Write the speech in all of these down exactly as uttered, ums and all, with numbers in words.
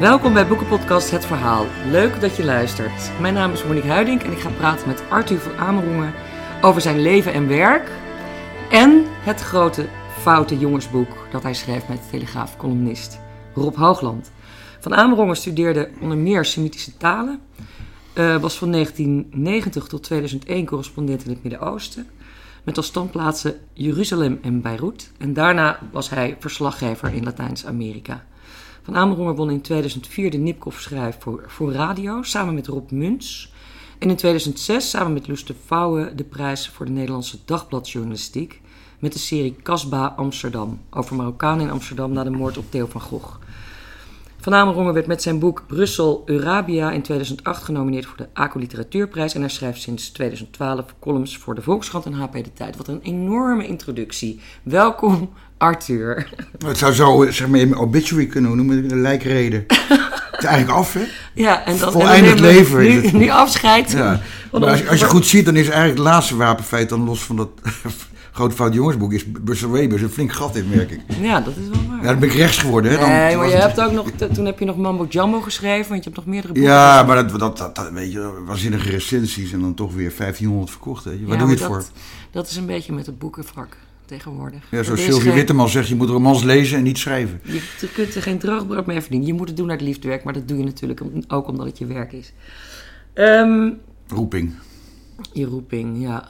Welkom bij Boekenpodcast Het Verhaal. Leuk dat je luistert. Mijn naam is Monique Huiding en ik ga praten met Arthur van Amerongen over zijn leven en werk. En het grote foute jongensboek dat hij schreef met de Telegraaf-columnist Rob Hoogland. Van Amerongen studeerde onder meer Semitische talen. Uh, was van negentien negentig tot tweeduizend één correspondent in het Midden-Oosten. Met als standplaatsen Jeruzalem en Beirut. En daarna was hij verslaggever in Latijns-Amerika. Van Amerongen won in tweeduizend vier de Nipkoff-schijf voor, voor radio, samen met Rob Muns. En in tweeduizend zes samen met Loes de Vouwe de prijs voor de Nederlandse dagbladjournalistiek met de serie Kasbah Amsterdam, over Marokkanen in Amsterdam na de moord op Theo van Gogh. Van Amerongen werd met zijn boek Brussel Eurabia in tweeduizend acht genomineerd voor de A C O Literatuurprijs en hij schrijft sinds tweeduizend twaalf columns voor de Volkskrant en H P De Tijd. Wat een enorme introductie. Welkom, Arthur. Het zou zo, zeg maar, in obituary kunnen noemen, de lijkreden. Het is eigenlijk af, hè? Ja, en dan voleindigd leven. Nu, nu afscheid. Ja. Maar als, als je goed ziet, dan is eigenlijk het laatste wapenfeit dan los van dat grote fout jongensboek is Brussel Webers een flink gat in, merk ik. Ja, dat is wel waar. Ja, dan ben ik rechts geworden, hè? Dan, nee, maar je het... hebt ook nog, toen heb je nog Mambo Jumbo geschreven, want je hebt nog meerdere boeken. Ja, maar dat, dat, dat, dat weet je, waanzinnige recensies en dan toch weer vijftienhonderd verkocht, hè? Waar ja, doe je het dat, voor? Dat is een beetje met het boekenvak tegenwoordig. Ja, zoals Sylvie geen... Witteman zegt, je moet romans lezen en niet schrijven. Je kunt er geen droogbrood mee verdienen. Je moet het doen naar het liefdewerk, maar dat doe je natuurlijk ook omdat het je werk is. Um, roeping. Je roeping, ja.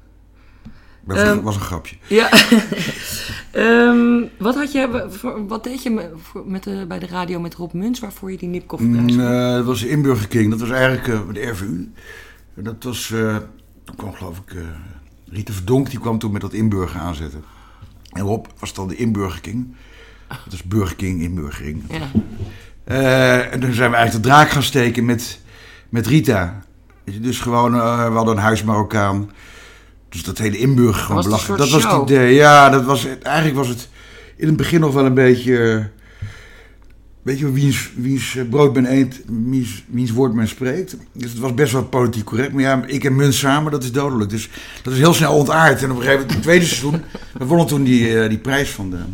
Dat was, um, was een grapje. Ja. um, wat, had je, wat deed je met de, bij de radio met Rob Muns, waarvoor je die Nipkoff-prijs mm, uh, Dat was de Inburger King, dat was eigenlijk uh, de R V U. Dat was, uh, toen kwam geloof ik... Uh, Rita Verdonk, die kwam toen met dat Inburger aanzetten. En Rob was dan de Inburger King. Dat is Burger King, Inburgering. Ja. Uh, en toen zijn we eigenlijk de draak gaan steken met, met Rita. Dus gewoon, uh, we hadden een huis Marokkaan. Dus dat hele Inburger gewoon belachelijk. Dat was het idee. Ja, dat was het, eigenlijk was het in het begin nog wel een beetje... Weet je, wiens, wiens brood men eet, wiens, wiens woord men spreekt. Dus het was best wel politiek correct. Maar ja, ik en Muns samen, dat is dodelijk. Dus dat is heel snel ontaard. En op een gegeven moment, in het tweede seizoen... We wonnen toen die, uh, die prijs van de,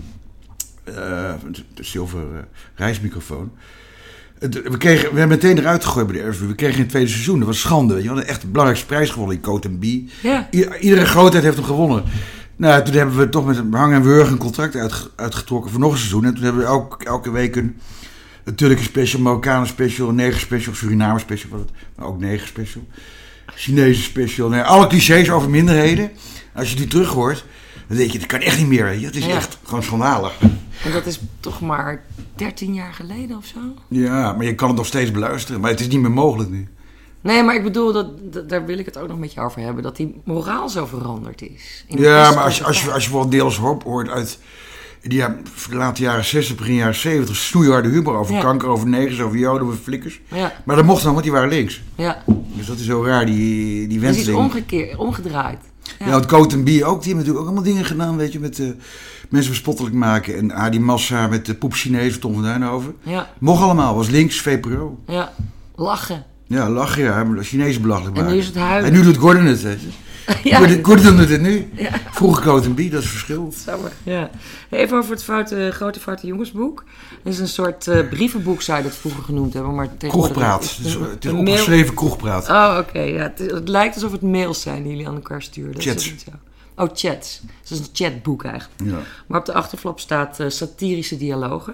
uh, de zilveren uh, reismicrofoon. Het, we, kregen, we hebben meteen eruit gegooid bij de R V U. We kregen in het tweede seizoen, dat was schande. Weet je, we hadden echt de belangrijkste prijs gewonnen in Coat en Bie. Ja. I- iedere grootheid heeft hem gewonnen. Nou, toen hebben we toch met hang en wurg een contract uit, uitgetrokken voor nog een seizoen. En toen hebben we elke, elke week een... Een Turkse special, Marokkanen special, een neger special, Suriname special, maar ook neger special. Chinese special, nee, alle clichés over minderheden. Als je die terug hoort, dan denk je, dat kan echt niet meer. Weet je? Het is ja. echt gewoon schandalig. En dat is toch maar dertien jaar geleden of zo? Ja, maar je kan het nog steeds beluisteren, maar het is niet meer mogelijk nu. Nee, maar ik bedoel, dat, dat, daar wil ik het ook nog met je over hebben, dat die moraal zo veranderd is. Ja, maar als je, als je, als je bijvoorbeeld Deels Hoop hoort uit... Die ja, de late jaren zestig, begin jaren zeventig, snoeiharde humor over ja. kanker, over negers, over joden, over flikkers. Ja. Maar dat mocht dan, want die waren links. Ja. Dus dat is zo raar, die, die wenseling. Het is omgekeerd, omgedraaid. Ja, ja, het Coat en Bie ook, die hebben natuurlijk ook allemaal dingen gedaan, weet je, met uh, mensen bespottelijk maken. En Adi Massa met de poep Chinees, Tom van Duinhoven. Ja. Mocht allemaal, was links, V P R O. Ja, lachen. Ja, lachen, ja, maar de Chinezen belachelijk maken. En nu is het huilen. En nu doet Gordon het, weet je. Ja. Gordon doet het nu. Ja. Vroeger Coat en Bie, dat is het verschil. Ja. Even over het foute, grote foute jongensboek. Het is een soort uh, brievenboek, zou je dat vroeger genoemd hebben. Maar kroegpraat. Het is, het is opgeschreven kroegpraat. Oh, oké. Okay, ja. het, het lijkt alsof het mails zijn die jullie aan elkaar sturen. Chats. Oh, chats. Het is een chatboek eigenlijk. Ja. Maar op de achterflap staat uh, satirische dialogen.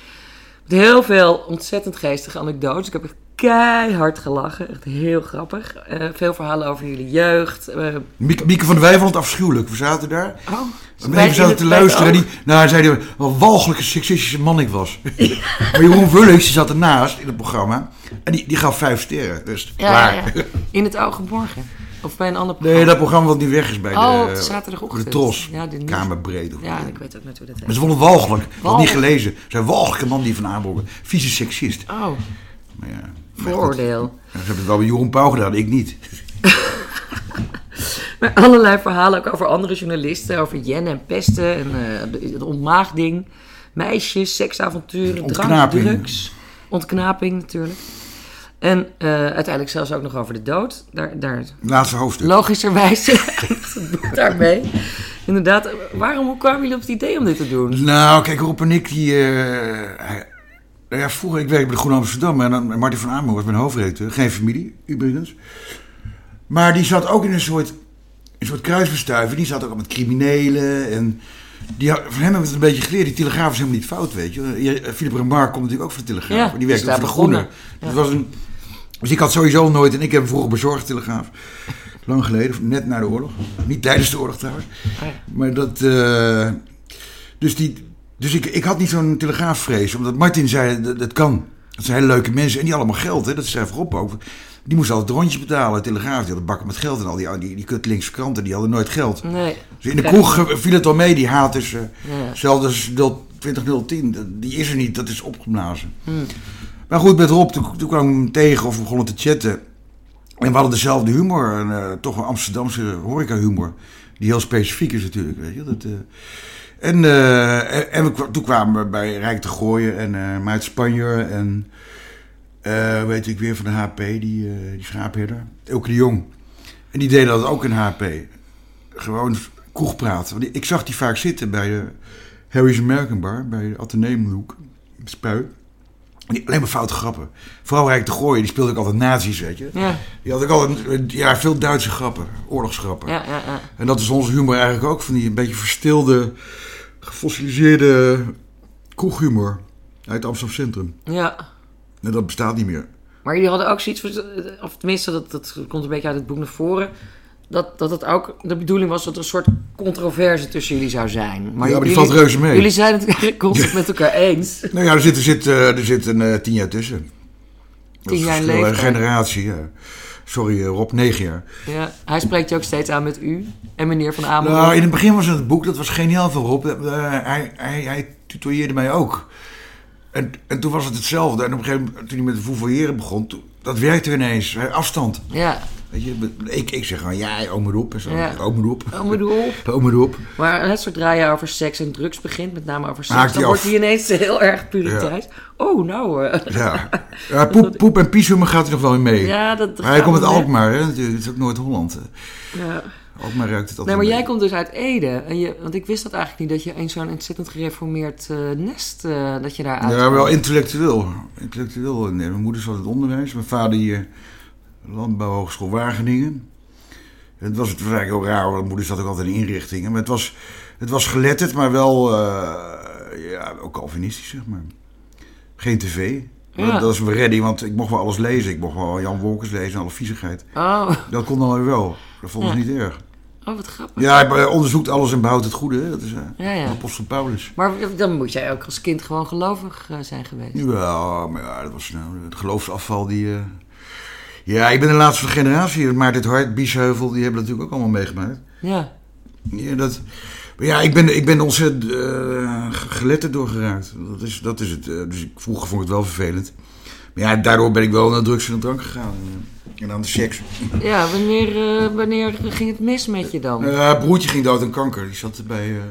Met heel veel ontzettend geestige anekdotes. Ik heb echt keihard gelachen. Echt heel grappig. Uh, veel verhalen over jullie jeugd. Uh, Mieke, Mieke van der Wij vond het afschuwelijk. We zaten daar. Oh, we zaten te luisteren. Die, nou, hij zei wat een walgelijke seksistische man ik was. Maar Jeroen Vullings, die zat ernaast in het programma. En die, die gaf vijf sterren. Dus ja, klaar. Ja, ja. In het Oog Morgen. Of bij een ander programma. Nee, dat programma wat niet weg is bij oh, de, zaterdagochtend. de Tros. Ja, de Kamerbreed. Ja, ik weet ook net hoe dat heet. Maar ze vonden het walgelijk. Ik had niet gelezen. Ze zijn walgelijke man die van Amerongen. Vieze seksist. Oh. Maar ja, vooroordeel. Ja, ze hebben het wel bij Jeroen Pauw gedaan, ik niet. Maar allerlei verhalen ook over andere journalisten. Over Jen en pesten. En uh, de, de ontmaagding. Meisjes, seksavonturen, drank, drugs. Ontknaping natuurlijk. En uh, uiteindelijk zelfs ook nog over de dood. Daar, daar laatste hoofdstuk. Logischerwijs het boek daarmee. Inderdaad, waarom hoe kwamen jullie op het idee om dit te doen? Nou, kijk, Rob en ik, die, uh, Nou ja, vroeger, ik werkte bij de Groene Amsterdam en dan, Martin van Amerongen was mijn hoofdredacteur. Geen familie, overigens. Maar die zat ook in een soort, een soort kruisbestuiving. Die zat ook al met criminelen en... Die, van hem hebben we het een beetje geleerd. Die Telegraaf is helemaal niet fout, weet je. Philippe Remarque komt natuurlijk ook van de Telegraaf. Ja, die werkte ook voor de Groene. Ja. Dat was een, dus ik had sowieso nooit... En ik heb hem vroeger bezorgd, Telegraaf. Lang geleden, net na de oorlog. Niet tijdens de oorlog trouwens. Ah, ja. Maar dat... Uh, dus die, dus ik, ik had niet zo'n Telegraafvrees. Omdat Martin zei, dat, dat kan. Dat zijn hele leuke mensen. En die allemaal geld, hè. Dat zei voorop ook. Die moesten altijd rondjes betalen. Telegraaf, die hadden bakken met geld. En al die, die, die kutlinkse kranten, die hadden nooit geld. Nee. Dus in de kroeg viel het al mee, die haat is... Uh, ja. Zelfs als twintig nul tien, die is er niet, dat is opgeblazen. Hmm. Maar goed, met Rob, toen, toen kwam ik hem tegen of we begonnen te chatten. En we hadden dezelfde humor. En, uh, toch een Amsterdamse horeca humor. Die heel specifiek is natuurlijk, weet je. Dat, uh, en uh, en, en we, toen kwamen we bij Rijk de Gooien en uh, Maarten Spanjer en... Uh, weet ik weer van de H P, die, uh, die schaapherder. Elke de Jong. En die deden dat ook in H P. Gewoon kroegpraten. Want ik zag die vaak zitten bij de Harry's American Bar, bij de Atheneumhoek, Spui. En die, alleen maar foute grappen. Vooral Rijk de Gooien, die speelde ook altijd nazi's, weet je. Ja. Die had ook altijd ja, veel Duitse grappen, oorlogsgrappen. Ja, ja, ja. En dat is onze humor eigenlijk ook, van die een beetje verstilde, gefossiliseerde kroeghumor uit Amsterdam Centrum. Ja. En dat bestaat niet meer. Maar jullie hadden ook zoiets, of tenminste, dat, dat komt een beetje uit het boek naar voren, dat, dat het ook de bedoeling was dat er een soort controverse tussen jullie zou zijn. Maar ja, maar jullie, die valt reuze mee. Jullie zijn het eigenlijk constant met elkaar eens. Nou ja, er zit, er zit, er zit een uh, tien jaar tussen. Tien jaar leven. Een generatie, ja. Sorry, uh, Rob, negen jaar. Ja, hij spreekt je ook steeds aan met u en meneer Van Amerongen. Nou, in het begin was het boek, dat was geniaal van Rob. Uh, hij, hij, hij tutoieerde mij ook. En, en toen was het hetzelfde. En op een gegeven moment, toen hij met de vouvoyeren begon, toen, dat werkte ineens. Afstand. Ja. Weet je, ik, ik zeg gewoon, ja, ome Rob. En zo. Ja. Ome Rob. Ome Rob. Ome Rob. Maar net zodra je over seks en drugs begint, met name over seks, Haakt dan wordt hij ineens heel erg puriteins. Ja. Oh, nou. Uh. Ja. ja poep, poep en pieshummer gaat hij nog wel in mee. Ja, dat maar hij komt uit Alkmaar, hè. Het is ook Noord-Holland. Ja. Alkmaar ruikt het altijd. Nee, maar mee. Jij komt dus uit Ede. En je, want ik wist dat eigenlijk niet, dat je in zo'n ontzettend gereformeerd uh, nest, uh, dat je daar uit. Ja, wel intellectueel. Intellectueel. Nee, mijn moeder zat in het onderwijs. Mijn vader hier, Landbouwhogeschool Wageningen. Het was, het was eigenlijk heel raar, want mijn moeder zat ook altijd in inrichtingen. Maar het was, het was geletterd, maar wel, uh, ja, ook Calvinistisch, zeg maar. Geen tv. Ja. Dat, dat is me ready, want ik mocht wel alles lezen. Ik mocht wel Jan Wolkers lezen, alle viezigheid. Oh. Dat kon dan weer wel. Dat vond ik ja. niet erg. Oh, wat grappig. Ja, hij onderzoekt alles en behoudt het goede. Hè? Dat is uh, ja, ja. apostel Paulus. Maar dan moet jij ook als kind gewoon gelovig uh, zijn geweest. Ja, maar ja, dat was nou, het geloofsafval die... Uh... Ja, ik ben de laatste generatie. Maarten Hart, Biesheuvel, die hebben dat natuurlijk ook allemaal meegemaakt. Ja. Ja, dat... Ja, ik ben, ik ben ontzettend uh, geletterd doorgeraakt. Dat is, dat is het. Uh, dus ik, vroeger vond ik het wel vervelend. Maar ja, daardoor ben ik wel naar drugs en drank gegaan. En aan de seks. Ja, wanneer, uh, wanneer ging het mis met je dan? Uh, broertje ging dood aan kanker. Die zat bij... Uh,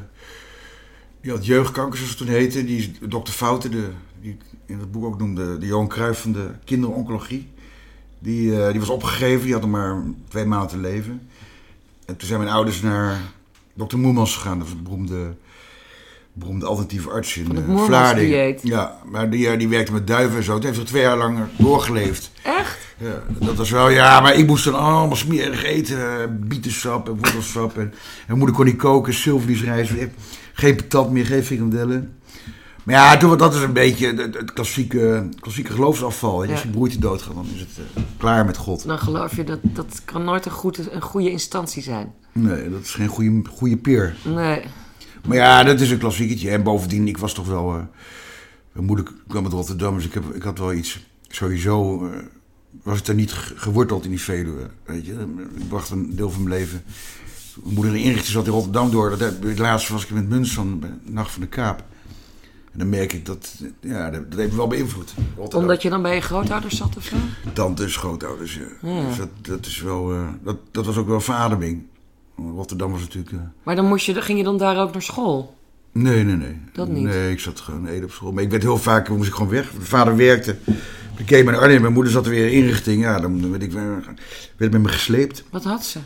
die had jeugdkanker, zoals het toen heette. Die is dokter Fouten, de, die ik in het boek ook noemde. De Johan Cruijff van de kinderoncologie. Die, uh, die was opgegeven. Die had nog maar twee maanden te leven. En toen zijn mijn ouders naar dokter Moermans gegaan. Dat was een beroemde... beroemde alternatieve arts in uh, Vlaardingen. Ja, maar die, die werkte met duiven en zo. Het heeft er twee jaar lang doorgeleefd. Echt? Ja, dat was wel, ja, maar ik moest dan allemaal smerig eten. Uh, bietensap en wortelsap. En, en moeder kon niet koken, zilverliesrijst. Geen patat meer, geen frikandellen. Maar ja, toen, dat is een beetje het, het klassieke, klassieke geloofsafval. Ja. Als je broertje doodgaat, dan is het uh, klaar met God. Dan geloof je dat dat kan nooit een, goed, een goede instantie zijn. Nee, dat is geen goede, goede peer. Nee. Maar ja, dat is een klassieketje. En bovendien, ik was toch wel... Uh, mijn moeder kwam uit Rotterdam, dus ik, heb, ik had wel iets... Sowieso uh, was ik daar niet geworteld in die Veluwe, weet je. Ik bracht een deel van mijn leven... Mijn moeder in inrichting zat in Rotterdam door. Dat, het laatste was ik met Muns van de Nacht van de Kaap. En dan merk ik dat... Ja, dat, dat heeft me wel beïnvloed. Rotterdam. Omdat je dan bij je grootouders zat of zo? Tantes, grootouders, ja. ja. Dus dat, dat is wel... Uh, dat, dat was ook wel verademing. Rotterdam was natuurlijk... Uh... Maar dan moest je, ging je dan daar ook naar school? Nee, nee, nee. Dat niet? Nee, ik zat gewoon in Ede op school. Maar ik werd heel vaak, moest ik gewoon weg. Mijn vader werkte. Ik keek naar Arnhem. Mijn moeder zat er weer in inrichting. Ja, dan werd ik werd met me gesleept. Wat had ze?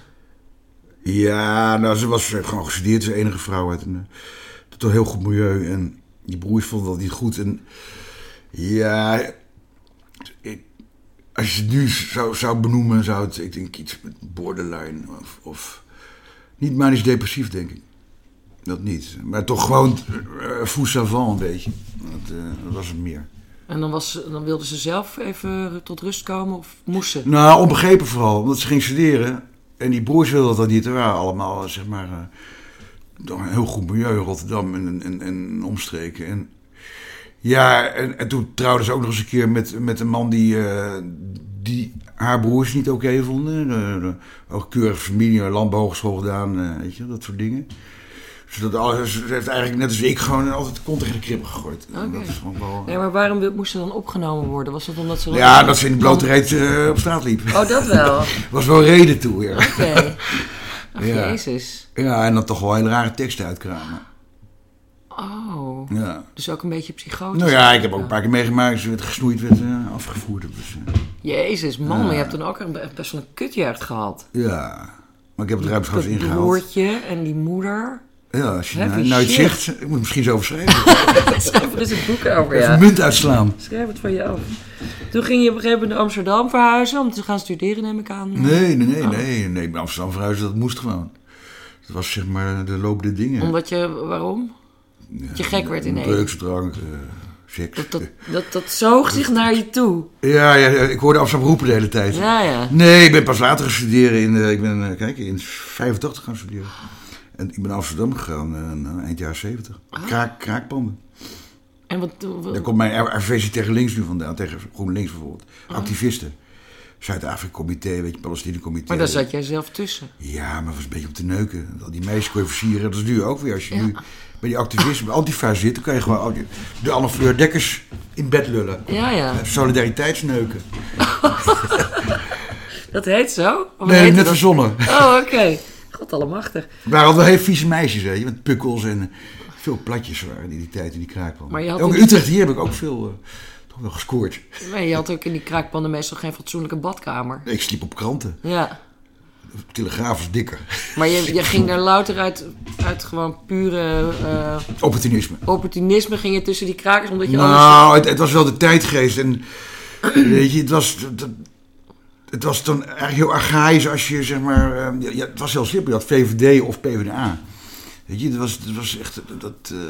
Ja, nou, ze was gewoon gestudeerd. Ze was de enige vrouw uit een toch heel goed milieu. En die broers vonden dat niet goed. En Ja, ik, als je het nu zou, zou benoemen, zou het, ik denk iets met borderline of, of niet manisch depressief, denk ik. Dat niet. Maar toch gewoon uh, fou savant een beetje. Dat, uh, dat was het meer. En dan, was, dan wilde ze zelf even tot rust komen of moest ze? Nou, onbegrepen vooral. Omdat ze ging studeren. En die broers wilden dat niet. Er waren allemaal, zeg maar, uh, een heel goed milieu in Rotterdam en, en, en omstreken. En ja, en, en toen trouwde ze ook nog eens een keer met, met een man die, uh, die haar broers niet oké okay vonden. De, de, ook keurige familie, landbouwhogeschool gedaan, uh, weet je, dat soort dingen. Zodat alles, ze heeft eigenlijk net als ik gewoon altijd de kont tegen de krib gegooid. Okay. Dat is gewoon wel, nee, maar waarom moest ze dan opgenomen worden? Was dat omdat ze... Ja, dat ze in de blote reet uh, op straat liep. Oh, dat wel? Was wel reden toe, ja. Oké. Okay. Ach, ja. Jezus. Ja, en dan toch wel hele rare teksten uitkramen. Oh. Ja. Dus ook een beetje psychotisch. Nou ja, ik heb ook een paar keer meegemaakt. Ze werd gesnoeid, werd uh, afgevoerd. Dus, uh, Jezus, man, ja. maar je hebt dan ook een, best wel een kutjeugd gehad. Ja, maar ik heb het ruimschoots ingehaald. Dat broertje en die moeder... Ja, als je nou, nou het zegt, ik moet het misschien zo over schrijven. Schrijf er eens een boek over, ja. Even munt uitslaan. Schrijf het van je af. Toen ging je op een gegeven moment naar Amsterdam verhuizen om te gaan studeren, neem ik aan. Nee, nee, nee, oh. nee, nee. Bij Amsterdam verhuizen, dat moest gewoon. Dat was zeg maar de loop der dingen. Omdat je, waarom? Ja, dat je gek werd in één. Drugsdrank, uh, seks. Dat, dat, dat, dat zoog zich naar je toe. Ja, ja, ik hoorde Amsterdam roepen de hele tijd. Ja, ja. Nee, ik ben pas later gaan studeren. In, uh, ik ben, uh, kijk, in vijfentachtig gaan studeren. En ik ben naar Amsterdam gegaan, uh, eind jaren zeventig. Ah. Kraak, kraakpanden. En wat, wat... Daar komt mijn R V C tegen links nu vandaan, tegen GroenLinks bijvoorbeeld. Ah. Activisten. Zuid-Afrika-comité, weet je, Palestina-comité. Maar daar zat jij zelf tussen. Ja, maar het was een beetje om te neuken. Al die meisjes kon je versieren. Dat is nu ook weer. Als je ja. nu bij die activisten, bij Antifa zit, dan kan je gewoon de Anne Fleur Dekkers in bed lullen. Ja, ja. Solidariteitsneuken. Dat heet zo? Of nee, net dat... verzonnen. Oh, oké. Okay. God allemachtig. Het waren altijd wel heel vieze meisjes, weet je, met pukkels en veel platjes waren die, die tijd in die kraakpanden. Ook in Utrecht, hier heb ik ook veel... Uh, wel gescoord. Nee, je had ook in die kraakpanden meestal geen fatsoenlijke badkamer. Ik sliep op kranten. Ja. De Telegraaf was dikker. Maar je, je ging er louter uit, uit gewoon pure... Uh, opportunisme. Opportunisme ging je tussen die krakers, omdat je nou, anders... Nou, het, het was wel de tijdgeest. En weet je, het was... Het, het was dan eigenlijk heel archaïs als je, zeg maar... Uh, ja, het was heel simpel. Je had V V D of P v d A. Weet je, het was, het was echt... Dat... Uh,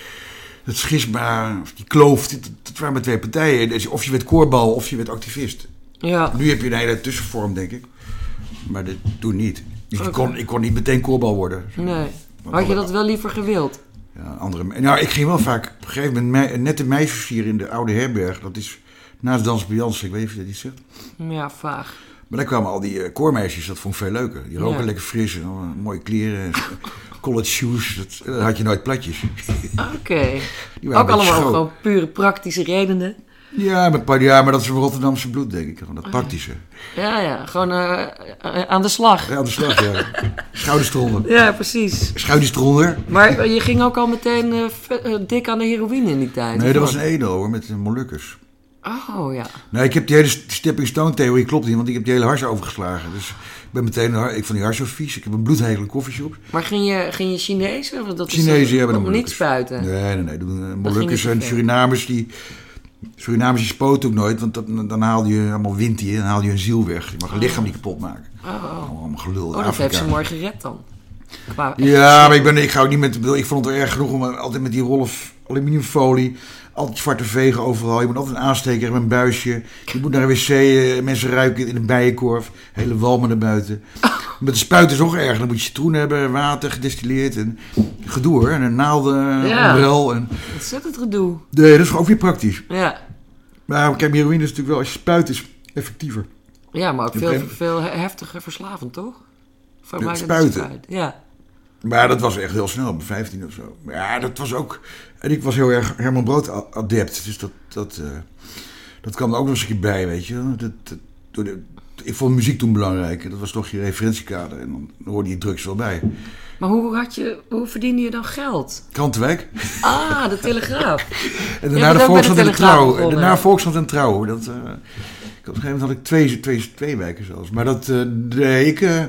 Het schisma, of die kloof, dat, dat waren maar twee partijen. Of je werd koorbal of je werd activist. Ja. Nu heb je een hele tussenvorm, denk ik. Maar dat toen niet. Dus okay. ik, kon, ik kon niet meteen koorbal worden. Nee. Had je dat wel liever gewild? Ja, andere... Nou, ik ging wel vaak op een gegeven moment net de meisjes hier in de oude herberg. Dat is naast Dans bij Jansen, ik weet niet of je dat iets zegt. Ja, vaag. Maar dan kwamen al die uh, koormeisjes, dat vond ik veel leuker. Die roken ja. lekker fris en uh, mooie kleren. College shoes, dat, dan had je nooit platjes. Oké. Okay. Ook allemaal schoon. Gewoon pure praktische redenen. Ja maar, ja, maar dat is een Rotterdamse bloed, denk ik. Gewoon dat praktische. Ja, ja. Gewoon uh, aan de slag. Ja, aan de slag, ja. Schouderstronder. Ja, precies. Schouderstronder. Maar je ging ook al meteen uh, uh, dik aan de heroïne in die tijd. Nee, dat was een Edo, hoor, met de Molukkers. Oh, ja. Nee, ik heb die hele stepping stone theorie klopt niet, want ik heb die hele hars overgeslagen. Dus ik ben meteen, ik vond die hars zo vies. Ik heb een bloedhekel in koffieshops. Maar ging je, ging je Chinees? Of dat Chinezen hebben een Molukkers. Niet spuiten? Nee, nee, nee. De Molukkers en Surinamers, die... Surinamers die spoten ook nooit, want dat, dan haalde je allemaal wind hier, dan haalde je een ziel weg. Je mag een oh. lichaam niet kapot maken. Oh, allemaal gelul. Oh, dat Afrika. Heeft ze mooi gered dan. Qua ja, maar ik, ben, ik ga ook niet met... Ik vond het wel erg genoeg om altijd met die rollen aluminiumfolie... Altijd zwarte vegen overal. Je moet altijd een aansteker hebben, een buisje. Je moet naar een wc, uh, mensen ruiken in een bijenkorf. Hele walmen naar buiten. Oh. Met de spuit is ook erg. Dan moet je citroen hebben, water gedestilleerd. En gedoe hoor. En een naalden, ja. ombrel. En... Ontzettend gedoe. Nee, dat is ook weer praktisch. Ja. Maar kijk, heroïne is natuurlijk wel, als je spuit is, effectiever. Ja, maar ook veel, geen... veel heftiger verslavend, toch? Voor mij spuiten. Spuit. Ja. Maar dat was echt heel snel, bij vijftien of zo. Maar ja, dat was ook... En ik was heel erg Herman Brood adept. Dus dat, dat, uh, dat kwam er ook nog eens een keer bij, weet je. Dat, dat, door de, ik vond muziek toen belangrijk. Dat was toch je referentiekader. En dan, dan hoorde je drugs wel bij. Maar hoe, had je, hoe verdiende je dan geld? Krantenwijk. Ah, de Telegraaf. En daarna de Volkskrant en de Trouw. En daarna Volkskrant en Trouw. Dat, uh, op een gegeven moment had ik twee, twee, twee wijken zelfs. Maar dat... Uh, nee, ik... Uh,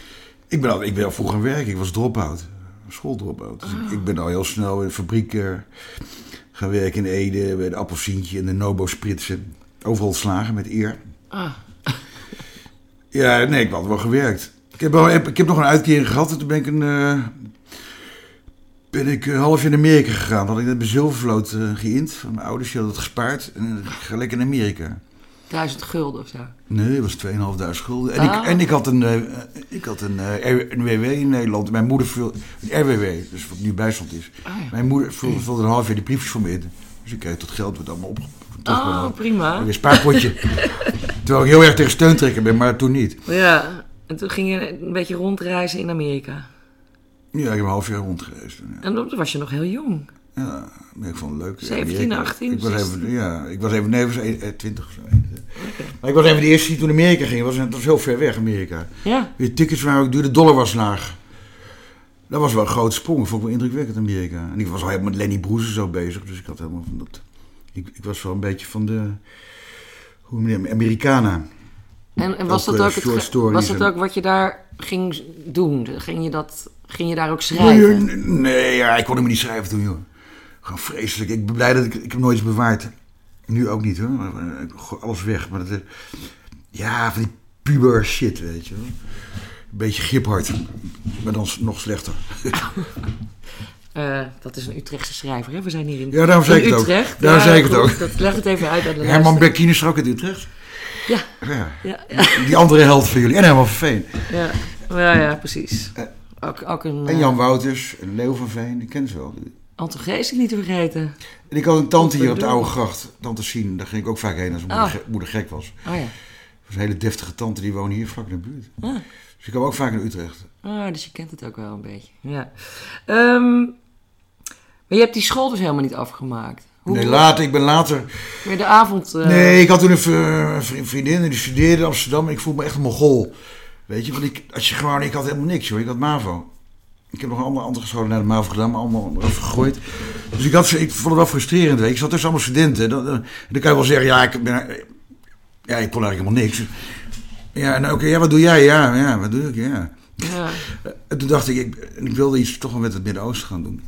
Ik ben al, ik ben al vroeg gaan werken. Ik was drop-out. Schooldrop-out. Dus oh. ik, ik ben al heel snel in de fabriek uh, Gaan werken in Ede, bij de Appelsientje en de Nobo Spritsen. Overal slagen met eer. Ah. Ja, nee, ik had wel gewerkt. Ik heb, wel, ik heb nog een uitkering gehad en toen ben ik een... Uh, ben ik een half jaar in Amerika gegaan. Dan had ik net bij Zilvervloot uh, geïnd. Van mijn ouders, die hadden het gespaard. En ik ga lekker in Amerika. Duizend gulden of zo? Nee, het was tweeënhalfduizend gulden. En, ah. ik, en ik had een, uh, ik had een, uh, een W W in Nederland. Mijn moeder vulde... Een R W W, dus wat nu bijstand is. Ah, ja. Mijn moeder vulde, vulde een half jaar die briefjes voor me in. Dus ik kreeg dat geld werd allemaal op. Oh, prima. Een spaarpotje. Terwijl ik heel erg tegen steuntrekker ben, maar toen niet. Ja, en toen ging je een beetje rondreizen in Amerika. Ja, ik heb een half jaar rondgereisd. Ja. En toen was je nog heel jong. Ja, ik vond het leuk. zeventien, achttien? Ik was even, ja, ik was even, nee, ik was twintig of zo. Okay. Maar ik was even de eerste die toen naar Amerika ging. Het was, het was heel ver weg, Amerika. Ja. De tickets waren ook duur, de dollar was laag. Dat was wel een grote sprong. Ik vond het wel indrukwekkend, Amerika. En ik was al helemaal met Lenny Bruce zo bezig. Dus ik had helemaal van dat... Ik, ik was wel een beetje van de... Hoe noem je Americana. En, en was, ook, dat ook, het, was dat ook wat je daar ging doen? Ging je, dat, ging je daar ook schrijven? Nee, nee ja, ik kon hem niet schrijven toen, joh. Gewoon vreselijk. Ik ben blij dat ik... Ik heb nooit iets bewaard. Nu ook niet, hoor. Ik gooi alles weg. Maar dat... Ja, van die puber shit, weet je wel. Een beetje Giphard. Maar dan nog slechter. Uh, dat is een Utrechtse schrijver, hè? We zijn hier in, ja, daarom zei ik het Utrecht. Ook. Daarom ja, zei ik het ook. Dat, leg het even uit aan de Herman Berkien is ook uit Utrecht. Ja. Ja. Ja, ja. Die andere held van jullie. En Herman van Veen. Ja, ja, ja precies. Ook, ook een, en Jan Wouters en Leo van Veen. Ik ken ze wel. Anton Geesink niet te vergeten. En ik had een tante hier op de Oude Gracht. Tante Sien. Daar ging ik ook vaak heen als mijn moeder, oh. moeder gek was. Oh ja. Dat was een hele deftige tante. Die woonde hier vlak in de buurt. Ah. Dus ik kwam ook vaak naar Utrecht. Ah, dus je kent het ook wel een beetje. Ja. Um, maar je hebt die school dus helemaal niet afgemaakt. Hoe nee, later. Ik ben later... Weer de avond... Uh... Nee, ik had toen een vriendin en die studeerde in Amsterdam. En ik voelde me echt een Mongool. Weet je, want ik, als je gewoon... Ik had helemaal niks, hoor. Ik had MAVO. Ik heb nog een andere, andere scholen naar de MAVO gedaan, maar allemaal erover gegooid. Dus ik, had, ik vond het wel frustrerend, weet je. Ik zat tussen allemaal studenten. Dan, dan, dan kan je wel zeggen, ja, ik ben... Ja, ik kon eigenlijk helemaal niks. Ja, en oké, okay, ja, wat doe jij? Ja, ja, wat doe ik? Ja. Ja. En toen dacht ik, ik, ik wilde iets toch wel met het Midden-Oosten gaan doen.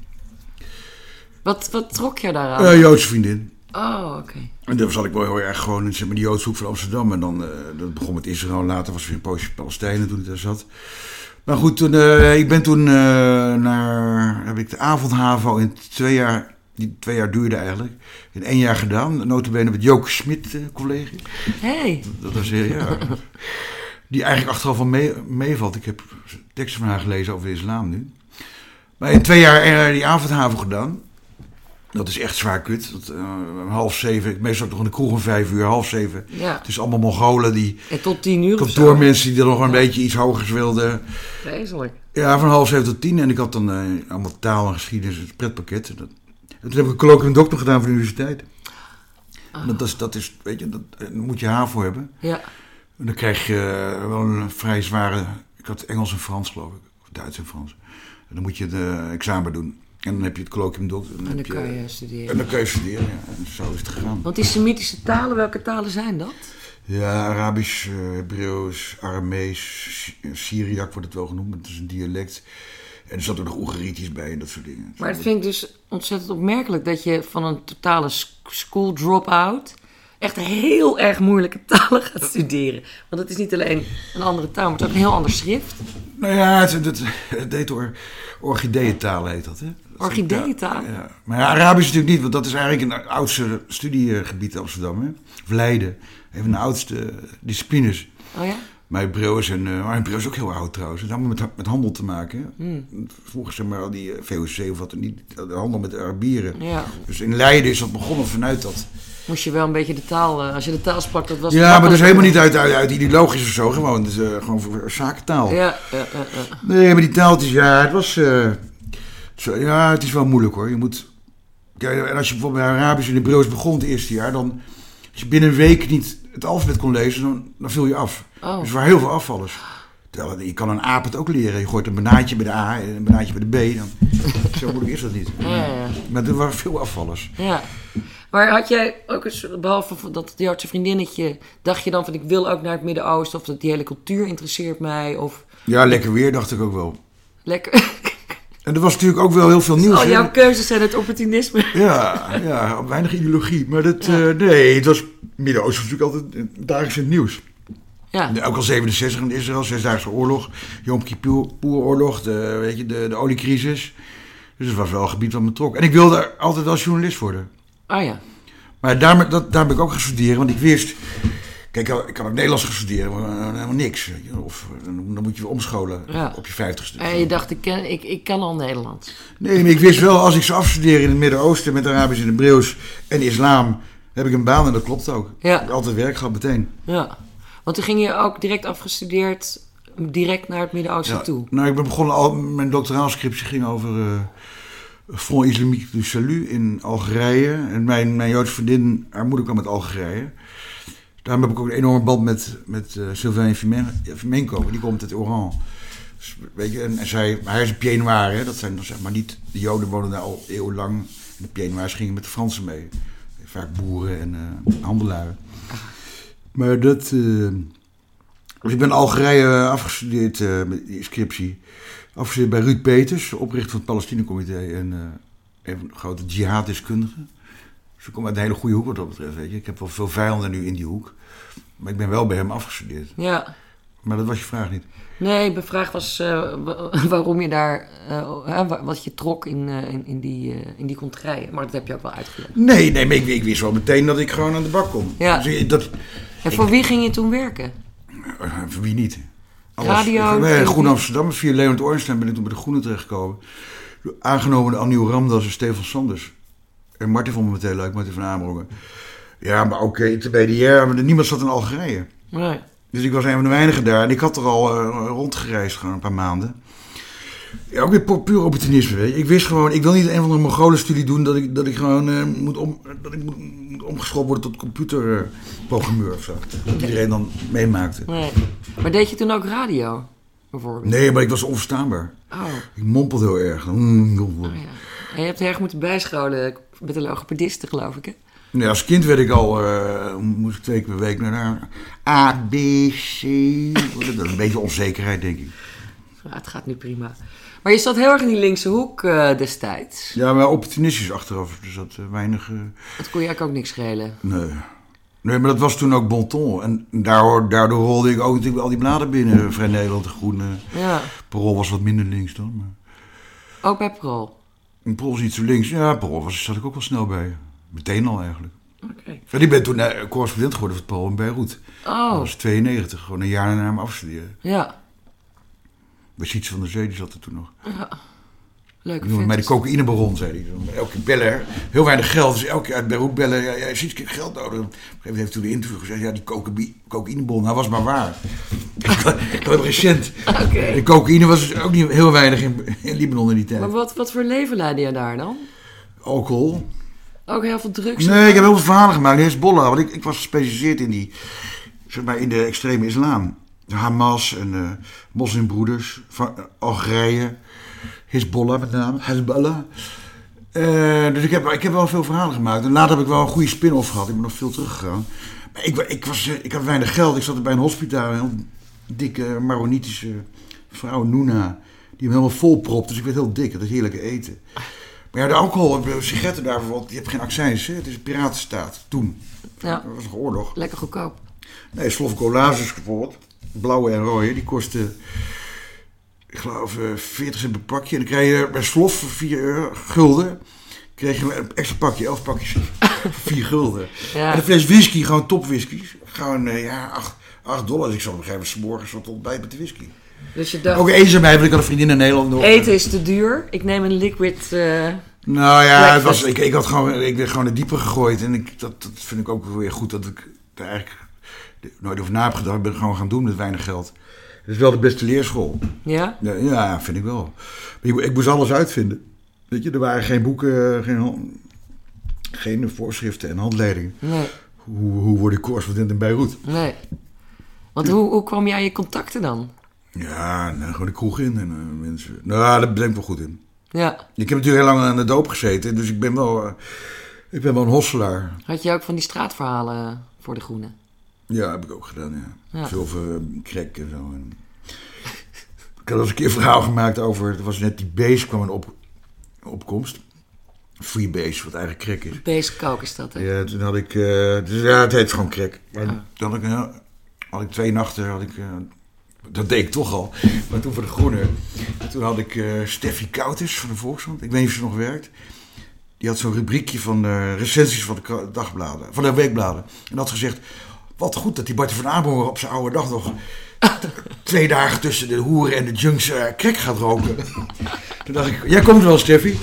Wat, wat trok je daaraan? Een uh, Joodse vriendin. Oh, oké. Okay. En dan zat ik wel heel erg gewoon in zeg maar, de Joodse hoek van Amsterdam. En dan uh, dat begon met Israël. Later was er weer een poosje Palestijnen toen ik daar zat. Maar goed, toen, uh, ik ben toen uh, naar... Heb ik de avondhavo in twee jaar... Die twee jaar duurde eigenlijk. In één jaar gedaan. Nota bene met Joke Smit uh, college. Hey. Dat was heel, ja... Die eigenlijk achteraf wel mee, meevalt. Ik heb teksten van haar gelezen over de islam nu. Maar in twee jaar uh, die avondhaven gedaan. Dat is echt zwaar kut. Dat, uh, half zeven, meestal ook nog in de kroeg om vijf uur, half zeven. Ja. Het is allemaal Mongolen die... En tot tien uur kantoormensen die er nog een ja. beetje iets hogers wilden. Vreselijk. Ja, van half zeven tot tien. En ik had dan uh, allemaal taal en geschiedenis, het pretpakket. En, dat, en toen heb ik een colloquium doctor gedaan voor de universiteit. Oh. Dat, dat, is, dat is, weet je, dat, daar moet je haar voor hebben. Ja. En dan krijg je uh, wel een vrij zware... Ik had Engels en Frans, geloof ik. Of Duits en Frans. En dan moet je het uh, examen doen. En dan heb je het colloquium doctor. En dan, en dan kan je, je studeren. En dan kan je studeren, ja. En zo is het gegaan. Want die Semitische talen, welke talen zijn dat? Ja, Arabisch, uh, Hebreeuws, Aramees, Syriac wordt het wel genoemd. Het is een dialect. En er zat ook nog Oegaritisch bij en dat soort dingen. Maar het vind ik dus ontzettend opmerkelijk dat je van een totale school drop-out... echt heel erg moeilijke talen gaat studeren. Want het is niet alleen een andere taal, maar het is ook een heel ander schrift. Nou ja, het, het, het heet or, orchideeëntaal heet dat, hè? Orchideeëntaal? Ja, ja. Maar ja, Arabisch natuurlijk niet, want dat is eigenlijk een oudste studiegebied in Amsterdam, hè? Of Leiden. Een van de oudste disciplines. Oh ja? Maar Hebreeuws en uh, maar Hebreeuws is ook heel oud trouwens. Het heeft allemaal met, met handel te maken. Mm. Vroeger zeg maar al die uh, V O C of wat, niet, de handel met de Arabieren. Ja. Dus in Leiden is dat begonnen vanuit dat. Moest je wel een beetje de taal, uh, als je de taal sprak, dat was... Ja, maar dat is helemaal niet uit, uit, uit ideologisch of zo, gewoon, het is uh, gewoon voor zakentaal. Ja, ja, ja, ja. Nee, maar die taaltjes, ja, het was, uh, zo, ja, het is wel moeilijk hoor. Je moet, ja, en als je bijvoorbeeld bij Arabisch en Hebreeuws begon het eerste jaar, dan, als je binnen een week niet het alfabet kon lezen, dan, dan viel je af. Oh. Dus er waren heel veel afvallers. Terwijl, je kan een aap het ook leren. Je gooit een banaantje bij de A en een banaantje bij de B. Dan, zo moeilijk is dat niet. Ja, ja, ja. Maar er waren veel afvallers. Ja. Maar had jij ook eens, behalve dat Joodse vriendinnetje, dacht je dan van ik wil ook naar het Midden-Oosten of dat die hele cultuur interesseert mij? Of... Ja, lekker weer dacht ik ook wel. Lekker. En er was natuurlijk ook wel heel veel nieuws. Al jouw keuzes zijn het opportunisme. Ja, ja, weinig ideologie. Maar dat, ja. uh, nee, het was Midden-Oosten was natuurlijk altijd dagelijks in het nieuws. Ja. Ook al zevenenzestig in Israël, Zesdaagse Oorlog, Yom Kippur-oorlog, de, weet je, de, de oliecrisis. Dus het was wel een gebied wat me trok. En ik wilde altijd wel journalist worden. Ah ja. Maar daar, dat, daar ben ik ook gaan studeren, want ik wist... Kijk, ik kan ook Nederlands gaan studeren, maar helemaal niks. Of dan moet je weer omscholen ja. op je vijftigste. En je dacht, ik, ken, ik, ik kan al Nederlands. Nee, maar ik wist wel, als ik zou afstuderen in het Midden-Oosten met Arabisch en Hebreeuws en islam, heb ik een baan en dat klopt ook. Ja. Ik heb altijd werk gehad meteen. Ja, want toen ging je ook direct afgestudeerd, direct naar het Midden-Oosten ja. toe. Nou, ik ben begonnen al, mijn doctoraalscriptie ging over uh, Front Islamique du Salut in Algerije. En mijn, mijn Joodse vriendin, haar moeder kwam uit Algerije. Daarom heb ik ook een enorme band met, met uh, Sylvain Fimenko, die komt uit Oran. Dus, weet je, en, en zij, hij is een Pied Noir, hè, dat zijn dan zeg maar niet, de Joden wonen daar al eeuwenlang. En de Pied Noirs gingen met de Fransen mee. Vaak boeren en uh, handelaren. Maar dat, uh, dus ik ben in Algerije afgestudeerd uh, met die scriptie. Afgestudeerd bij Ruud Peters, oprichter van het Palestina-comité en uh, een grote jihad-deskundige. Dus ik kom uit een hele goede hoek wat dat betreft, weet je. Ik heb wel veel vijanden nu in die hoek. Maar ik ben wel bij hem afgestudeerd. Ja. Maar dat was je vraag niet. Nee, mijn vraag was uh, waarom je daar... Uh, wat je trok in, uh, in, in, die, uh, in die contraien. Maar dat heb je ook wel uitgelegd. Nee, nee maar ik, ik wist wel meteen dat ik gewoon aan de bak kom. Ja. Dus, dat, en voor ik, wie ging je toen werken? Uh, voor wie niet? Alles. Radio? Nee, Groen Amsterdam. Via Leonard Ornstein ben ik toen bij de Groenen terechtgekomen. Aangenomen Aniel Ramdas en Stefan Sanders. En Martin vond me meteen leuk, Martin van Amerongen. Ja, maar oké, okay, te B D R, maar niemand zat in Algerije. Nee. Dus ik was een van de weinigen daar. En ik had er al uh, rondgereisd, gewoon een paar maanden. Ja, ook weer puur opportunisme, weet je. Ik wist gewoon, ik wil niet een van de Mongolen-studie doen... dat ik, dat ik gewoon uh, moet, om, dat ik moet, moet omgeschopt worden tot computerprogrammeur uh, of zo. Dat okay. Iedereen dan meemaakte. Nee. Maar deed je toen ook radio, bijvoorbeeld? Nee, maar ik was onverstaanbaar. Oh. Ik mompelde heel erg. Mm, oh, ja. En je hebt erg moeten bijscholen met de logopediste, geloof ik, hè? Nee, als kind werd ik al, uh, moest ik twee keer per week naar daar. A, B, C. Dat is een beetje onzekerheid, denk ik. Ja, het gaat nu prima. Maar je zat heel erg in die linkse hoek uh, destijds. Ja, maar opportunistisch achteraf. Dus dat uh, weinig... Uh... Dat kon je eigenlijk ook niks schelen. Nee. Nee, maar dat was toen ook bon ton. En daardoor, daardoor rolde ik ook natuurlijk al die bladen binnen. Vrij Nederland, de Groene. Ja. Parool was wat minder links dan. Maar... Ook bij Parool? En Parool is niet zo links. Ja, Parool was, zat ik ook wel snel bij. Meteen al eigenlijk. Okay. En ik ben toen uh, correspondent geworden voor het Parool in Beirut. Oh. Dat was tweeënnegentig, gewoon een jaar na hem afstuderen. Ja. Bij Siets van der Zee, die zat er toen nog. Ja. Leuke vent. Mij de cocaïnebaron, zei hij. Elke keer bellen, heel weinig geld. Dus elke keer uit Beirut bellen. Ja, ja, Siets, ik heb geld nodig. Op een gegeven moment heeft toen de interview gezegd, ja, die cocaïnebaron, nou was maar waar. Ik had recent. Okay. De cocaïne was dus ook niet heel weinig in, in Libanon in die tijd. Maar wat, wat voor leven leidde je daar dan? Alcohol. Ook heel veel drugs? Nee, ik heb heel veel verhalen gemaakt. Hezbollah, want ik, ik was gespecialiseerd in die, zeg maar, in de extreme islam. Hamas en uh, moslimbroeders van uh, Algerije, Hezbollah met name, Hezbollah. Uh, dus ik heb, ik heb wel veel verhalen gemaakt. En later heb ik wel een goede spin-off gehad. Ik ben nog veel teruggegaan. Maar ik, ik, was, ik had weinig geld. Ik zat bij een hospitaal, een heel dikke Maronitische vrouw, Nouna, die me helemaal vol propt. Dus ik werd heel dik. Dat is heerlijke eten. Maar ja, de alcohol, de sigaretten daar bijvoorbeeld, je hebt geen accijns. Hè? Het is een piratenstaat, toen. Ja. Dat was een oorlog. Lekker goedkoop. Nee, Slovco-Lazarus bijvoorbeeld, blauwe en rode, die kostte, ik geloof, veertig cent per pakje. En dan krijg je bij Slof voor vier gulden, kreeg je een extra pakje, elf pakjes, vier gulden. Ja. En een fles whisky, gewoon topwhisky, gewoon, ja, acht, acht dollar. Dus ik zat op een gegeven moment 's morgens wat ontbijt met de whisky. Dus je dacht, ook eenzaamheid, want ik had een vriendin in Nederland nog. Eten is te duur. Ik neem een liquid. Uh, nou ja, het was, ik, ik had gewoon, ik werd gewoon er dieper gegooid en ik, dat, dat vind ik ook weer goed dat ik daar eigenlijk nooit over na heb gedacht. Ik ben het gewoon gaan doen met weinig geld. Het is wel de beste leerschool. Ja? Ja, ja, vind ik wel. Ik, ik moest alles uitvinden. Weet je, er waren geen boeken, geen, geen voorschriften en handleidingen. Nee. Hoe, hoe word ik correspondent in Beirut? Nee. Want hoe, hoe kwam jij aan je contacten dan? Ja, nou, gewoon de kroeg in en uh, mensen. Nou, daar ben ik wel goed in. Ja. Ik heb natuurlijk heel lang aan de doop gezeten, dus ik ben wel, uh, ik ben wel een hosselaar. Had je ook van die straatverhalen voor de Groenen? Ja, heb ik ook gedaan, ja. ja. Veel over uh, crack en zo. En... Ik had eens een keer een verhaal gemaakt over... Er was net die base kwam een op, opkomst. Freebase, wat eigenlijk crack is. Base coke is dat, hè? Ja, toen had ik... Uh, dus ja, het heet gewoon crack. Maar oh. toen had ik, uh, had ik twee nachten... Had ik, uh, dat deed ik toch al. Maar toen voor de Groene. Toen had ik uh, Steffi Kouters van de Volkskrant. Ik weet niet of ze nog werkt. Die had zo'n rubriekje van uh, recensies van de dagbladen. Van de weekbladen. En had gezegd... Wat goed dat die Bartie van Amerongen op zijn oude dag nog... twee dagen tussen de hoeren en de junks uh, crack gaat roken. Toen dacht ik... Jij komt wel, Steffi.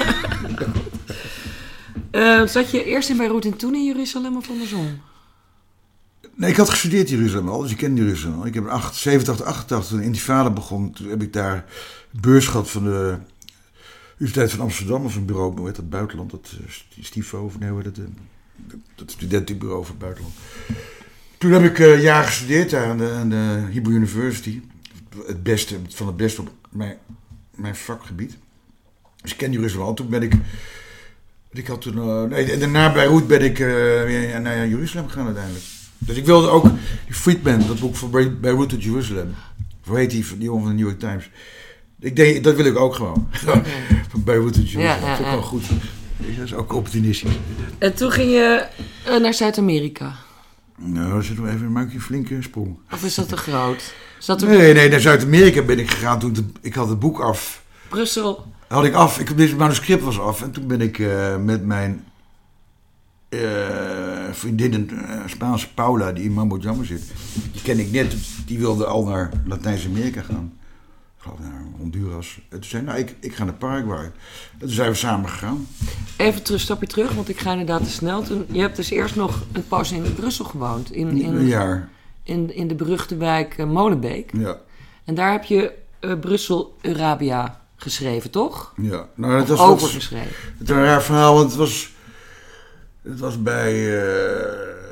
Uh, zat je eerst in Beirut en toen in Jeruzalem of andersom? Nee, ik had gestudeerd in Jeruzalem al, dus ik ken Jeruzalem al. Ik heb in zevenentachtig, achtentachtig, toen de Intifada begon, toen heb ik daar beurs gehad van de Universiteit van Amsterdam, of een bureau, hoe heet dat, buitenland, dat Stifo, of nee, hoe heet dat, dat studentenbureau voor het buitenland. Toen heb ik een uh, jaar gestudeerd daar aan de, aan de Hebrew University, het beste, van het beste op mijn, mijn vakgebied. Dus ik ken Jeruzalem al, toen ben ik... Ik had toen, uh, nee, en daarna bij Beirut ben ik uh, weer naar Jeruzalem gegaan uiteindelijk. Dus ik wilde ook die Friedman, dat boek van Beirut to Jeruzalem. Hoe heet die, die jongen van de New York Times? Ik denk, dat wil ik ook gewoon. Van Beirut to Jeruzalem. Ja, ja, dat is ook wel goed. Dat is ook opportunistisch. En toen ging je uh, naar Zuid-Amerika? Nou, dan zitten we even, maak je een flinke sprong. Of is dat te groot? Is dat te nee, nee, naar Zuid-Amerika ben ik gegaan toen de, ik had het boek af. Brussel. Had ik af, ik, dit manuscript was af en toen ben ik uh, met mijn uh, vriendin, uh, Spaanse Paula, die in Mambo Jambo zit. Die ken ik net, die wilde al naar Latijns-Amerika gaan. Ik geloof naar Honduras. En toen zei nou, ik, ik ga naar Paraguay. En toen zijn we samen gegaan. Even terug, stapje terug, want ik ga inderdaad te snel. Toen, je hebt dus eerst nog een poos in Brussel gewoond. In, in, een jaar. In, in de beruchte wijk uh, Molenbeek. Ja. En daar heb je uh, Brussel-Eurabia geschreven, toch? Ja. Nou, dat was over geschreven. Het was een raar verhaal, want het was... Het was bij uh,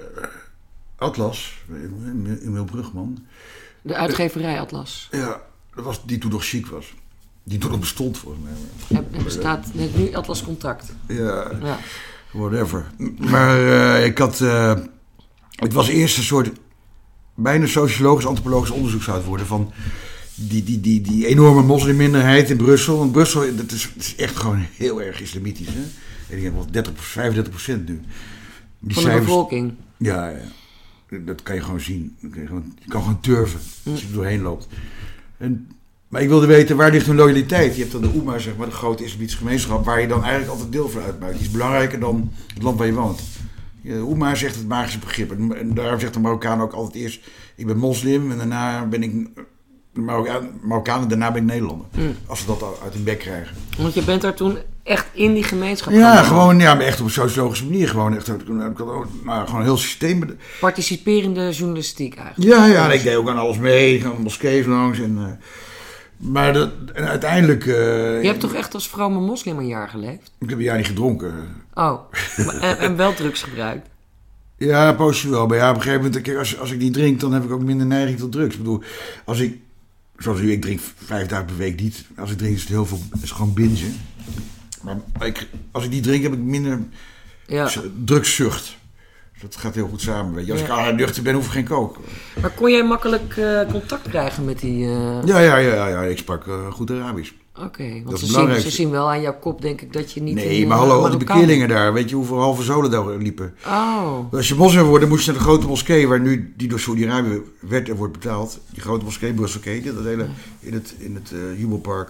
Atlas, Emil Brugman. De uitgeverij Atlas. Ja, dat was, die toen nog chic was. Die toen nog bestond, volgens mij. Er bestaat net nu Atlas Contact. Ja, ja. Whatever. Maar uh, ik had... Uh, het was eerst een soort... bijna sociologisch, antropologisch onderzoek zou het worden van... Die, die, die, die enorme moslimminderheid in Brussel. Want Brussel, dat is, dat is echt gewoon heel erg islamitisch. Hè? En die hebben wel dertig, vijfendertig procent nu. Die van de cijfers, bevolking? Ja, ja, dat kan je gewoon zien. Je kan gewoon, je kan gewoon turven als je er doorheen loopt. En, maar ik wilde weten, waar ligt hun loyaliteit? Je hebt dan de Oema, zeg maar, de grote islamitische gemeenschap... waar je dan eigenlijk altijd deel van uitmaakt. Die is belangrijker dan het land waar je woont. De Oema zegt het magische begrip. En, en daarom zegt de Marokkaan ook altijd eerst... ik ben moslim en daarna ben ik... Marokkanen, daarna ben ik Nederlander. Mm. Als ze dat uit hun bek krijgen. Want je bent daar toen echt in die gemeenschap ja, gaan gewoon, ja, maar echt op een sociologische manier. Gewoon echt, nou, gewoon een heel systeem. Participerende journalistiek eigenlijk. Ja, ja, en ik deed ook aan alles mee. Ik ging moskees langs. En, uh, maar dat, en uiteindelijk... Uh, je hebt toch echt als vrome moslim een jaar geleefd? Ik heb een jaar niet gedronken. Oh, en, en wel drugs gebruikt? Ja, een poosje wel. Maar ja, op een gegeven moment, kijk, als, als ik niet drink, dan heb ik ook minder neiging tot drugs. Ik bedoel, als ik... Zoals u, ik drink vijf dagen per week niet. Als ik drink is het heel veel, is het gewoon bingen. Maar ik, als ik niet drink heb ik minder ja. drugszucht. Dat gaat heel goed samen. Weet je. Als ja. ik aan nuchter ben, hoef ik geen kook. Maar kon jij makkelijk uh, contact krijgen met die... Uh... Ja, ja, ja, ja, ik sprak uh, goed Arabisch. Oké, okay, want ze zien, ze zien wel aan jouw kop, denk ik, dat je niet... Nee, in, maar hallo, uh, al die bekeerlingen daar. Weet je hoeveel halve zolen daar liepen? Oh. Als je moslim wordt, dan moest je naar de grote moskee... waar nu die door Saudi-Arabië werd en wordt betaald. Die grote moskee, Brussel, ken je dat hele... in het, in het uh, Jubelpark.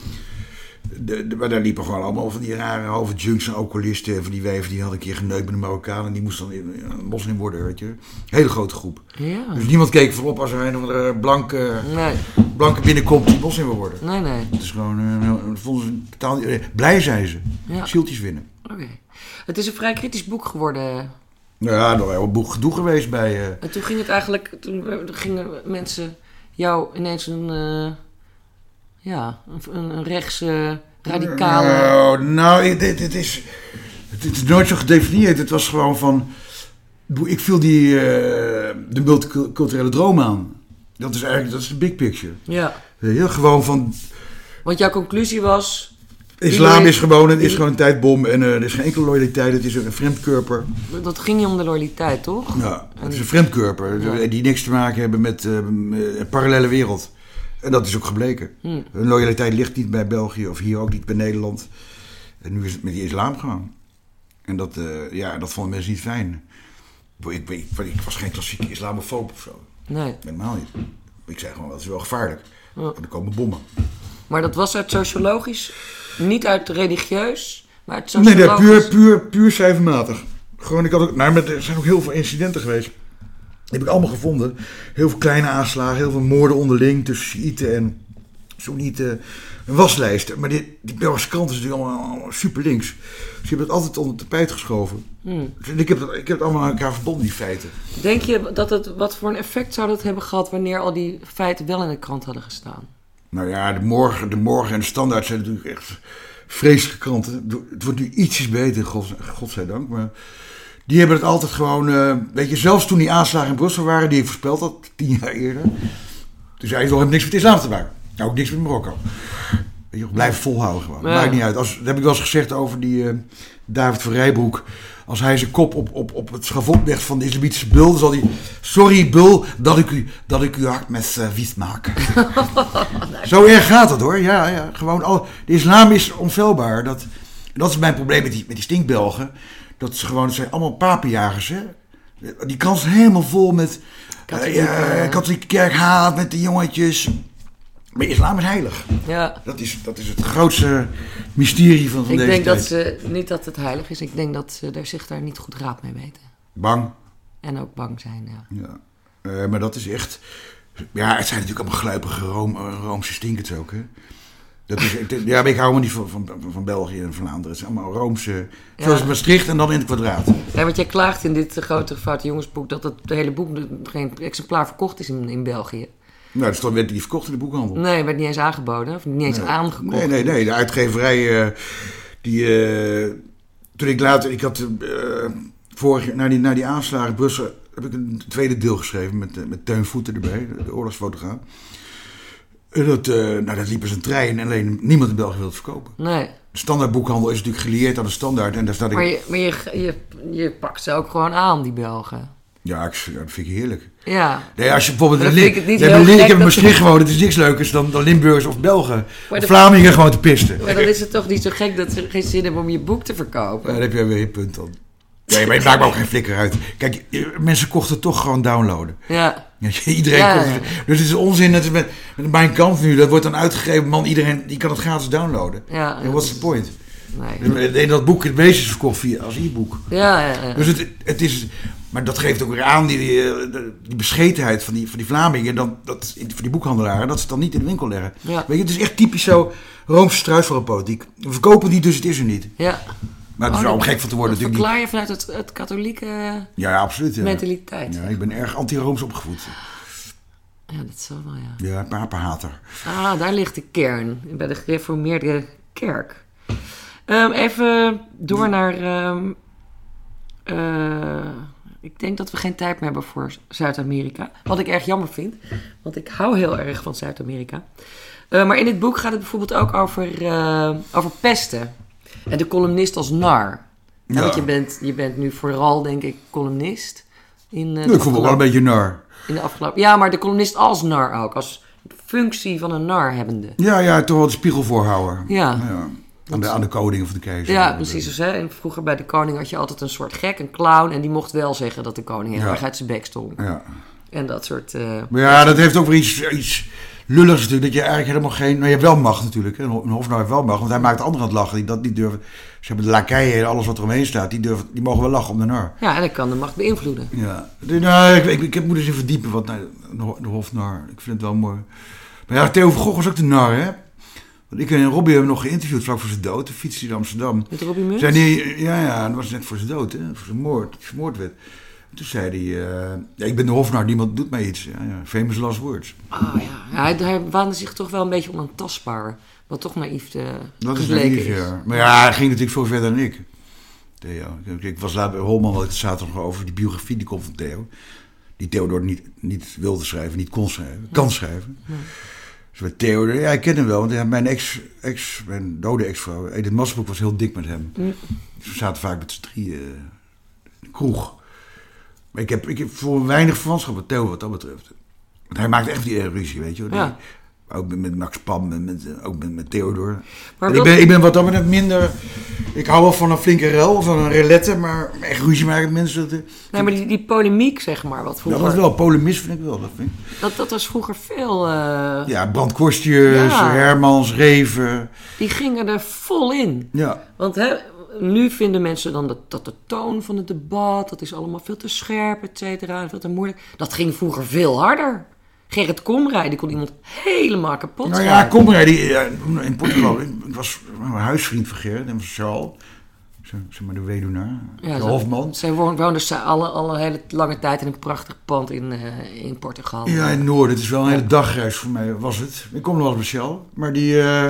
De, de, maar daar liepen gewoon allemaal van die rare halve junks en alcoholisten... en van die wijven die hadden een keer geneukt met de Marokkanen... en die moesten dan in, in, moslim worden, weet je. Hele grote groep. Ja. Dus niemand keek voorop als er een of andere blanke, nee. blanke binnenkomt die moslim wil worden. Nee, nee. Het is gewoon... Uh, vonden ze totaal, uh, blij zijn ze. Ja. Zieltjes winnen. Oké. Okay. Het is een vrij kritisch boek geworden. Ja, nog wel een boek gedoe geweest bij... Uh... En toen ging het eigenlijk... Toen gingen mensen jou ineens een... Uh, ja, een, een rechts... Uh, radicale... Nou, nou dit, dit is... Het is nooit zo gedefinieerd. Het was gewoon van... Ik viel die... Uh, de multiculturele droom aan. Dat is eigenlijk... Dat is de big picture. Ja. Ja, gewoon van... Want jouw conclusie was... Islam is gewoon, het is gewoon een tijdbom en uh, er is geen enkele loyaliteit. Het is een vreemdkörper. Dat ging niet om de loyaliteit, toch? Ja, het is een vreemdkörper. Ja. Die niks te maken hebben met uh, een parallele wereld. En dat is ook gebleken. Hmm. Hun loyaliteit ligt niet bij België of hier ook niet bij Nederland. En nu is het met die islam gewoon. En dat, uh, ja, dat vonden mensen niet fijn. Ik, ik, ik was geen klassieke islamofoob of zo. Nee. Helemaal niet. Ik zei gewoon, dat is wel gevaarlijk. Ja. Er komen bommen. Maar dat was uit sociologisch, niet uit religieus, maar uit sociologisch? Nee, nee puur, puur, puur cijfermatig. Gewoon, ik had ook, nou, er zijn ook heel veel incidenten geweest. Die heb ik allemaal gevonden. Heel veel kleine aanslagen, heel veel moorden onderling tussen Sjiïten en Soenieten. Een waslijst. Maar die, die Belgische krant is natuurlijk allemaal, allemaal super links. Dus je hebt het altijd onder het tapijt geschoven. Hmm. Dus ik, heb het, ik heb het allemaal aan elkaar verbonden, die feiten. Denk je dat het, wat voor een effect zou dat hebben gehad wanneer al die feiten wel in de krant hadden gestaan? Nou ja, de Morgen, de Morgen en de Standaard zijn natuurlijk echt vreselijke kranten. Het wordt nu ietsjes beter, god, godzijdank. Maar die hebben het altijd gewoon... Uh, weet je, zelfs toen die aanslagen in Brussel waren, die ik voorspeld had, tien jaar eerder. Toen zei ik, dat heeft niks met islam te maken. Nou, ook niks met Marokko. Weet je, blijf volhouden gewoon. Ja. Maakt niet uit. Als, dat heb ik wel eens gezegd over die uh, David van Rijbroek. Als hij zijn kop op, op, op het schavot legt van de islamitische bul, dan zal hij... Sorry, bul, dat ik u, dat ik u hart met uh, wies maak. Zo erg gaat het hoor. Ja, ja. Gewoon al, de islam is onfeilbaar. Dat, dat is mijn probleem met die, met die stinkbelgen. Dat ze gewoon, het zijn allemaal papenjagers. Hè? Die krant is helemaal vol met... Katholieke, uh, ja, katholieke kerk haat met de jongetjes... Maar islam is heilig. Ja. Dat is, dat is het grootste mysterie van, van ik deze denk tijd. Dat ze, niet dat het heilig is. Ik denk dat ze daar zich daar niet goed raad mee weten. Bang. En ook bang zijn, ja. ja. Uh, maar dat is echt... Ja, het zijn natuurlijk allemaal gluipige Room, Roomse stinkers ook, hè. Dat is, ja, maar ik hou me niet van, van, van België en Vlaanderen. Het is allemaal Roomse... Ja. Zoals Maastricht en dan in het kwadraat. Ja, want jij klaagt in dit grote foute jongensboek... dat het hele boek geen exemplaar verkocht is in, in België. Nou, dus dan werd die verkocht in de boekhandel. Nee, werd niet eens aangeboden. Of niet eens nee. aangekocht. Nee, nee, nee. De uitgeverij... Uh, die, uh, toen ik later... Ik had... Uh, vorig, na, die, na die aanslagen in Brussel... heb ik een tweede deel geschreven... met, uh, met Teun Voeten erbij. De oorlogsfotograaf. En dat, uh, nou, dat liep als een trein. En alleen niemand in België wilde het verkopen. Nee. De standaardboekhandel is natuurlijk gelieerd aan de standaard. En daar staat ik... Maar, je, maar je, je, je pakt ze ook gewoon aan, die Belgen. Ja, ik, ja, dat vind ik heerlijk. Ja. Nee, als je bijvoorbeeld... Ik, Li- het niet nee, heel Li- gek ik heb in Maastricht dat... gewoond. Het is niks leukers dan, dan Limburgers of Belgen. Of de... Vlamingen gewoon te pisten. Maar dan is het toch niet zo gek dat ze geen zin hebben om je boek te verkopen. Ja, dan heb je weer een punt dan. Nee, maar het maakt me ook geen flikker uit. Kijk, mensen kochten toch gewoon downloaden. Ja. Iedereen ja, kocht ja. het. Dus het is onzin. Net met, met Mijn Kant nu. Dat wordt dan uitgegeven. Man, iedereen die kan het gratis downloaden. Ja. En wat is de point? Nee. En dat boek het meest is verkocht via als e-book. Ja, ja, ja. Dus het, het is... Maar dat geeft ook weer aan die, die, die beschetenheid van die, van die Vlamingen. Dan, dat, van die boekhandelaren. Dat ze het dan niet in de winkel leggen. Ja. Weet je, het is echt typisch zo Roomse struisvogelpolitiek. We verkopen die, dus het is er niet. Ja. Maar het is wel om gek van te worden. Dat verklaar je vanuit het, het katholieke ja, ja, absoluut, ja. mentaliteit. Ja, ik ben erg anti-Rooms opgevoed. Ja, dat zal wel, ja. Ja, papenhater. Ah, daar ligt de kern. Bij de gereformeerde kerk. Um, even door naar... Um, uh, ik denk dat we geen tijd meer hebben voor Zuid-Amerika. Wat ik erg jammer vind. Want ik hou heel erg van Zuid-Amerika. Uh, maar in dit boek gaat het bijvoorbeeld ook over, uh, over pesten. En de columnist als nar. Ja. Want je bent, je bent nu vooral, denk ik, columnist. In, uh, ja, ik voel me wel een beetje nar. In de afgelopen... Ja, maar de columnist als nar ook. Als functie van een nar hebbende. Ja, ja, toch wel de spiegel voorhouden. Ja. ja. Aan, de, aan de koning of de keizer. Ja, precies. Dus, hè. En vroeger bij de koning had je altijd een soort gek, een clown. En die mocht wel zeggen dat de koning heel erg ja. uit zijn bek stond. Ja. En dat soort... Uh, maar ja, dat heeft ook weer iets... iets lulligs natuurlijk, dat je eigenlijk helemaal geen... Nou, je hebt wel macht natuurlijk, hè. Een hofnar heeft wel macht, want hij maakt anderen aan het lachen die dat niet durven. Ze hebben de lakeien en alles wat er omheen staat, die, durven, die mogen wel lachen om de nar. Ja, en dat kan de macht beïnvloeden. Ja, nou, ik, ik, ik, ik moet eens in verdiepen, wat nou, de hofnar, ik vind het wel mooi. Maar ja, Theo van Gogh was ook de nar, hè. Want ik en Robbie hebben nog geïnterviewd vlak voor zijn dood, de fiets in Amsterdam. Met Robbie Muns? Zei die, ja, ja, dat was net voor zijn dood, hè, voor zijn moord, vermoord werd. Toen zei hij, uh, ja, ik ben de hofnar, niemand doet mij iets. Ja, ja, famous last words. Oh ja, ja hij, hij waande zich toch wel een beetje onaantastbaar. Wat toch naïef te Dat is naïef, is. Ja. Maar ja, hij ging natuurlijk veel verder dan ik. Theo. Ik, ik was laat bij Holman, wat ik het zaterdag nog over, die biografie die komt van Theo. Die Theodor niet, niet wilde schrijven, niet kon schrijven, kan schrijven. Ja. Dus met Theodor, ja, ik ken hem wel, want mijn ex, ex mijn dode ex-vrouw, Edith Massenbroek, was heel dik met hem. Ja. Dus we zaten vaak met z'n drieën in de kroeg. Maar ik heb, ik heb voor weinig verwantschap met Theo wat dat betreft. Want hij maakt echt die ruzie, weet je wel. Ja. Ook met, met Max Pam en met, ook met, met Theodor. Maar ik, ben, ik ben wat dat betreft minder... Ik hou wel van een flinke rel, van een relette, maar echt ruzie maken met mensen. Dat, nee, maar die, die polemiek, zeg maar, wat vroeger... Dat was wel, polemist vind ik wel. Dat, vind ik. Dat, dat was vroeger veel... Uh... Ja, Brandkorstjes, ja. Hermans, Reven. Die gingen er vol in. Ja. Want hè, nu vinden mensen dan dat, dat de toon van het debat, dat is allemaal veel te scherp, et cetera, veel te moeilijk. Dat ging vroeger veel harder. Gerrit Komrij, die kon iemand helemaal kapot Nou ja, Komrij, die ja, in Portugal, ik was een huisvriend van Gerrit en van Charles, zeg maar de weduwnaar, ja, de hofman. Zij woonden dus alle, alle hele lange tijd in een prachtig pand in, uh, in Portugal. Ja, in het noorden. Het is wel een hele dagreis voor mij, was het. Ik kom nog wel eens bij Charles, maar die... Uh,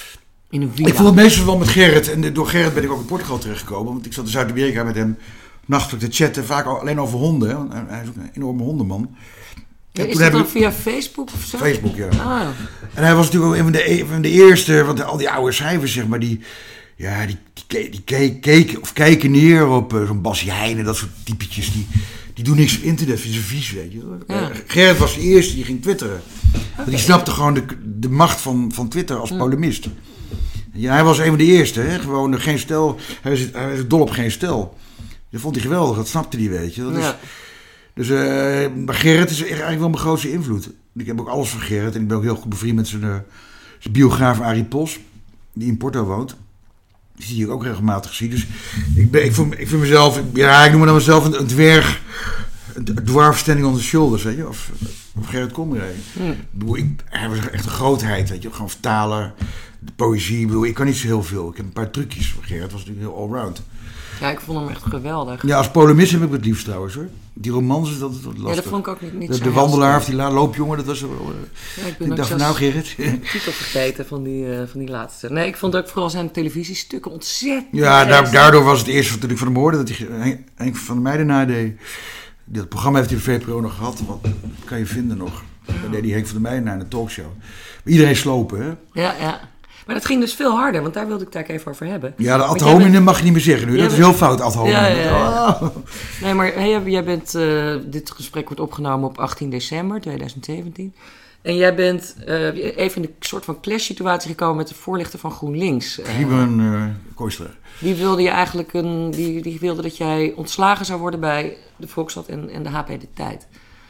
in een villa. Ik voel het meestal wel met Gerrit en door Gerrit ben ik ook in Portugal terechtgekomen, want ik zat in Zuid-Amerika met hem nachtelijk te chatten, vaak alleen over honden, want hij is ook een enorme hondenman. Ja, is dat dan via Facebook of zo? Facebook, ja. Ah. En hij was natuurlijk ook een van de, een van de eerste, want al die oude schrijvers, zeg maar, die, ja, die, die, die, die keken of kijken neer op uh, zo'n Bassie Heijnen, dat soort typetjes, die, die doen niks op internet, vinden ze vies, weet je. Ja. Uh, Gerrit was de eerste die ging twitteren. Okay. Die snapte gewoon de, de macht van, van Twitter als mm. polemist. Ja, hij was een van de eerste, hè? Gewoon geen stel, hij was, hij was dol op geen stel. Dat vond hij geweldig, dat snapte hij, weet je. Dat is, ja. Dus uh, maar Gerrit is eigenlijk wel mijn grootste invloed. Ik heb ook alles van Gerrit en ik ben ook heel goed bevriend met zijn, uh, zijn biograaf Arie Pos, die in Porto woont. Die zie ik ook regelmatig zie. Dus ik, ben, ik, vind, ik vind mezelf, ja, ik noem me dan mezelf een, een dwerg, een dwarf standing on the shoulders, weet je, of, of Gerrit Komrij. Hmm. Ik, hij was echt een grootheid, weet je, gewoon vertaler, de poëzie. Ik bedoel, ik kan niet zo heel veel. Ik heb een paar trucjes van Gerrit, was natuurlijk heel allround. Ja, ik vond hem echt geweldig. Ja, als polemist heb ik het liefst trouwens hoor. Die romans is dat het lastig. Ja, dat vond ik ook niet, niet de, zo De wandelaar of die la- loopjongen, dat was wel... Uh, ja, ik ben ik dacht van nou Gerrit. Ik titel vergeten van die, uh, van die laatste. Nee, ik vond ook vooral zijn televisiestukken ontzettend... Ja, daar, daardoor was het eerste toen ik van hem hoorde dat hij Henk van der Meijden nadeed. Dat programma heeft hij de V P R O nog gehad. Wat kan je vinden nog? Daar deed hij Henk van der Meijden naar in een talkshow. Maar iedereen slopen, hè? Ja, ja. Maar dat ging dus veel harder, want daar wilde ik het even over hebben. Ja, de ad hominem bent... mag je niet meer zeggen nu. Dat bent... is heel fout, ad hominem. Ja, ja, ja. Oh. Nee, maar hey, jij bent... Uh, dit gesprek wordt opgenomen op achttien december tweeduizend zeventien. En jij bent uh, even in de soort van clash-situatie gekomen met de voorlichter van GroenLinks. Uh, Ruben uh, Kooistra. Die wilde je eigenlijk een... Die, die wilde dat jij ontslagen zou worden bij de Volkskrant en, en de H P De Tijd.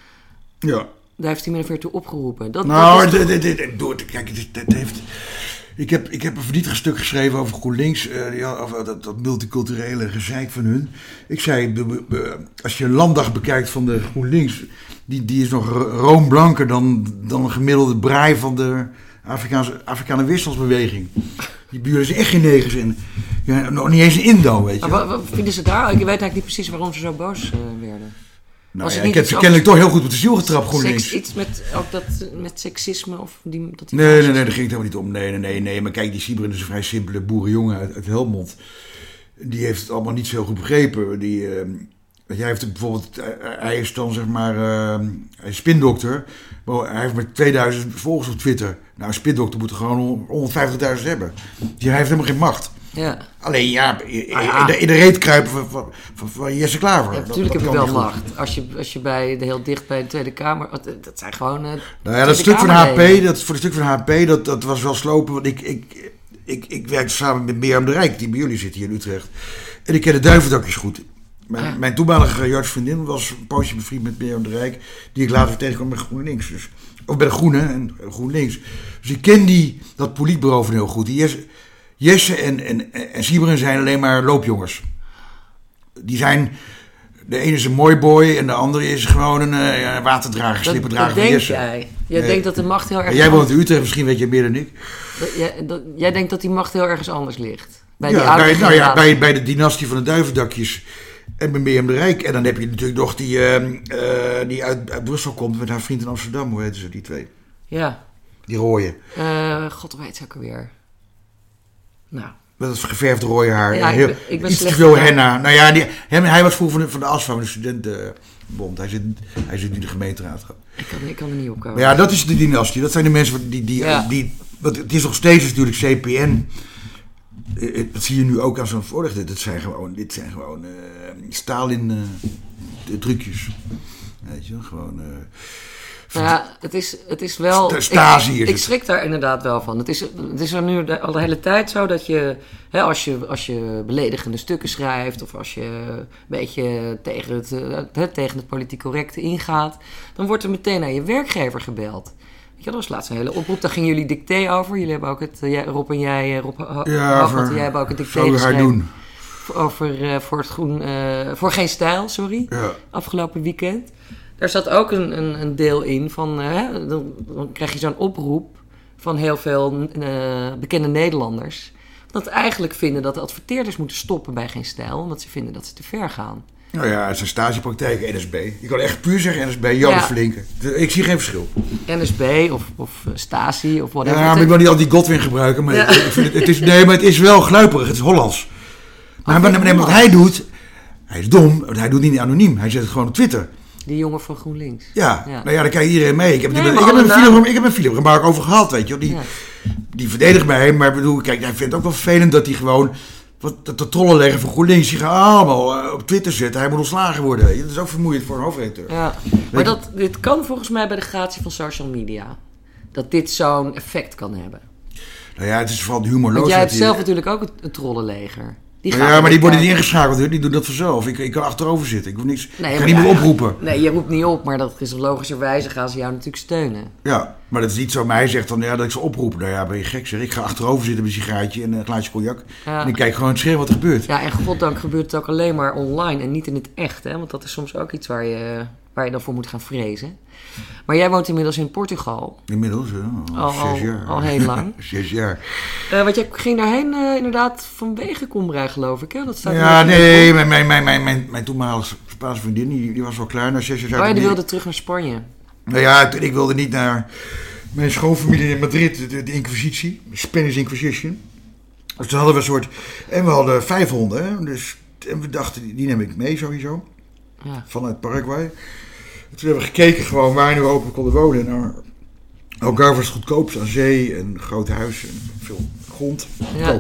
Ja. Daar heeft hij min of meer toe opgeroepen. Dat, nou, dat is toch... door te kijken, dat heeft... Ik heb, ik heb een verdrietig stuk geschreven over GroenLinks, uh, ja, over dat, dat multiculturele gezeik van hun. Ik zei, be, be, als je een landdag bekijkt van de GroenLinks, die, die is nog roomblanker dan, dan een gemiddelde braai van de Afrikaanse, Afrikaanse weerstandsbeweging. Die buren zijn echt geen negers in. Ja, nog niet eens een Indo, weet je. Maar wat, wat vinden ze daar? Ik weet eigenlijk niet precies waarom ze zo boos uh, werden. Nou ja, ik heb ze kennelijk toch heel goed op de ziel getrapt, GroenLinks. Seks, iets met, ook dat, met seksisme of die... Dat die nee, nee, nee, daar ging het helemaal niet om. Nee, nee, nee, nee. Maar kijk, die Sybren is een vrij simpele boerenjongen uit, uit Helmond. Die heeft het allemaal niet zo heel goed begrepen. Die, uh, jij heeft bijvoorbeeld, uh, hij is dan zeg maar, uh, hij is spindokter. Maar hij heeft maar tweeduizend volgers op Twitter. Nou, een spindokter moet er gewoon honderdvijftigduizend hebben. Die, hij heeft helemaal geen macht. Ja. Alleen ja, in, ah, ja. in, de, in de reet kruipen van, van, van, van Jesse Klaver. Ja, natuurlijk heb je wel macht. Als je, als je bij de, heel dicht bij de Tweede Kamer... Dat zijn gewoon... Uh, nou ja, dat stuk van H P, dat, voor het stuk van H P, dat, dat was wel slopen. Want ik, ik, ik, ik werkte samen met Mirjam de Rijk, die bij jullie zit hier in Utrecht. En ik ken de duivendakjes goed. Mijn, ah. mijn toenmalige Jartsvriendin was een poosje bevriend met Mirjam de Rijk, die ik later tegenkwam met GroenLinks. Dus, of bij de Groene en GroenLinks. Dus ik ken die, dat politbureau van heel goed. Die Jesse, Jesse en, en, en Sybren zijn alleen maar loopjongens. Die zijn... De ene is een mooi boy en de andere is gewoon een uh, waterdrager, slippendrager. Dat denk jij. Jij nee. denkt dat de macht heel erg... Ja, jij woont in Utrecht, misschien weet je meer dan ik. Dat, jij, dat, jij denkt dat die macht heel ergens anders ligt. Bij ja, die bij, nou ja bij, bij de dynastie van de duivendakjes en bij Mirjam de Rijk. En dan heb je natuurlijk nog die, uh, uh, die uit, uit Brussel komt met haar vriend in Amsterdam. Hoe heten ze, die twee? Ja. Die rooie. Uh, God, hoe heet ze ook alweer? Nou... Met dat geverfde rode haar. Ja, heel, ik ben, ik ben iets te veel henna. Nou ja, die, hem, hij was vroeger van de, van de A S F A, van de studentenbond. Hij zit, hij zit nu in de gemeenteraad. Ik kan, ik kan er niet op komen. Maar ja, dat is de dynastie. Dat zijn de mensen die... die, ja. die wat, het is nog steeds natuurlijk C P N. Dat zie je nu ook aan zo'n voorlichter. Dit zijn gewoon, dit zijn gewoon uh, Stalin uh, trucjes. Weet je, gewoon... Uh, Nou ja, het is, het is wel... De Stasi is ik, het. Ik schrik daar inderdaad wel van. Het is, het is er nu de, al de hele tijd zo dat je, hè, als je... als je beledigende stukken schrijft... of als je een beetje tegen het, hè, tegen het politiek correcte ingaat... dan wordt er meteen naar je werkgever gebeld. Weet je, dat was laatst een hele oproep. Daar gingen jullie dicté over. Jullie hebben ook het... Jij, Rob en jij... Rob, ja, Hagelt, jij hebben ook het dicté geschreven. doen. Over uh, voor, het groen, uh, voor Geen Stijl, sorry. Ja. Afgelopen weekend. Daar zat ook een, een, een deel in van... Uh, dan, dan krijg je zo'n oproep van heel veel uh, bekende Nederlanders... dat eigenlijk vinden dat de adverteerders moeten stoppen bij Geen Stijl... omdat ze vinden dat ze te ver gaan. Nou ja, het is een stagepraktijk, N S B. Je kan echt puur zeggen N S B, Jan ja. Flinken. Ik zie geen verschil. N S B of, of Stasi of whatever. Ja, maar ik wil niet al die Godwin gebruiken. Maar ja. ik vind het, het is, nee, maar het is wel gluiperig. Het is Hollands. Maar, maar, maar wat hij doet... Hij is dom. Hij doet niet anoniem. Hij zet het gewoon op Twitter. Die jongen van GroenLinks. Ja, ja. Nou ja, daar kijkt iedereen mee. Ik heb, nee, die, ik heb een film, ik heb een film waar ik over gehad, weet je. Die, ja. die verdedigt mij, maar bedoel, kijk, hij vindt het ook wel vervelend dat hij gewoon... Wat, dat de trollen leggen van GroenLinks, die gaan allemaal uh, op Twitter zetten. Hij moet ontslagen worden. Weet je. Dat is ook vermoeiend voor een hoofdredacteur. Ja. Maar dat, dit kan volgens mij bij de gratie van social media. Dat dit zo'n effect kan hebben. Nou ja, het is vooral de humorloosheid. Want jij hebt die... zelf natuurlijk ook een trollenleger. Die ja, maar die worden niet ingeschakeld, hoor. Die doen dat vanzelf. Ik, ik kan achterover zitten. Ik, hoef niks, nee, ik ga niemand ja, oproepen. Nee, je roept niet op, maar dat is logischerwijze gaan ze jou natuurlijk steunen. Ja, maar dat is niet zo. Maar hij zegt dan ja, dat ik ze oproep. Nou ja, ben je gek zeg. Ik ga achterover zitten met een sigaartje en een glaasje cognac. Ja. En ik kijk gewoon schreeuwen wat er gebeurt. Ja, en goddank gebeurt het ook alleen maar online en niet in het echt. Hè? Want dat is soms ook iets waar je, waar je dan voor moet gaan vrezen. Maar jij woont inmiddels in Portugal. Inmiddels, ja. Al, al, zes jaar. Al heel lang. Zes jaar. Uh, want jij ging daarheen uh, inderdaad vanwege Komrij, geloof ik. Hè? Dat staat ja, nee, mijn, mijn, mijn, mijn, mijn, mijn toenmalige Spaanse vriendin, die, die was wel klaar na zes jaar. Oh, je die wilde terug naar Spanje? Nou ja, ik wilde niet naar mijn schoonfamilie in Madrid, de, de Inquisitie, Spanish Inquisition. Dus toen hadden we een soort... En we hadden vijf honden, hè? Dus, en we dachten, die neem ik mee sowieso. Ja. Vanuit Paraguay. Toen hebben we gekeken gewoon waar nu open konden wonen. Nou, Algarve was het goedkoopst aan zee, een groot huis en veel grond. Ja.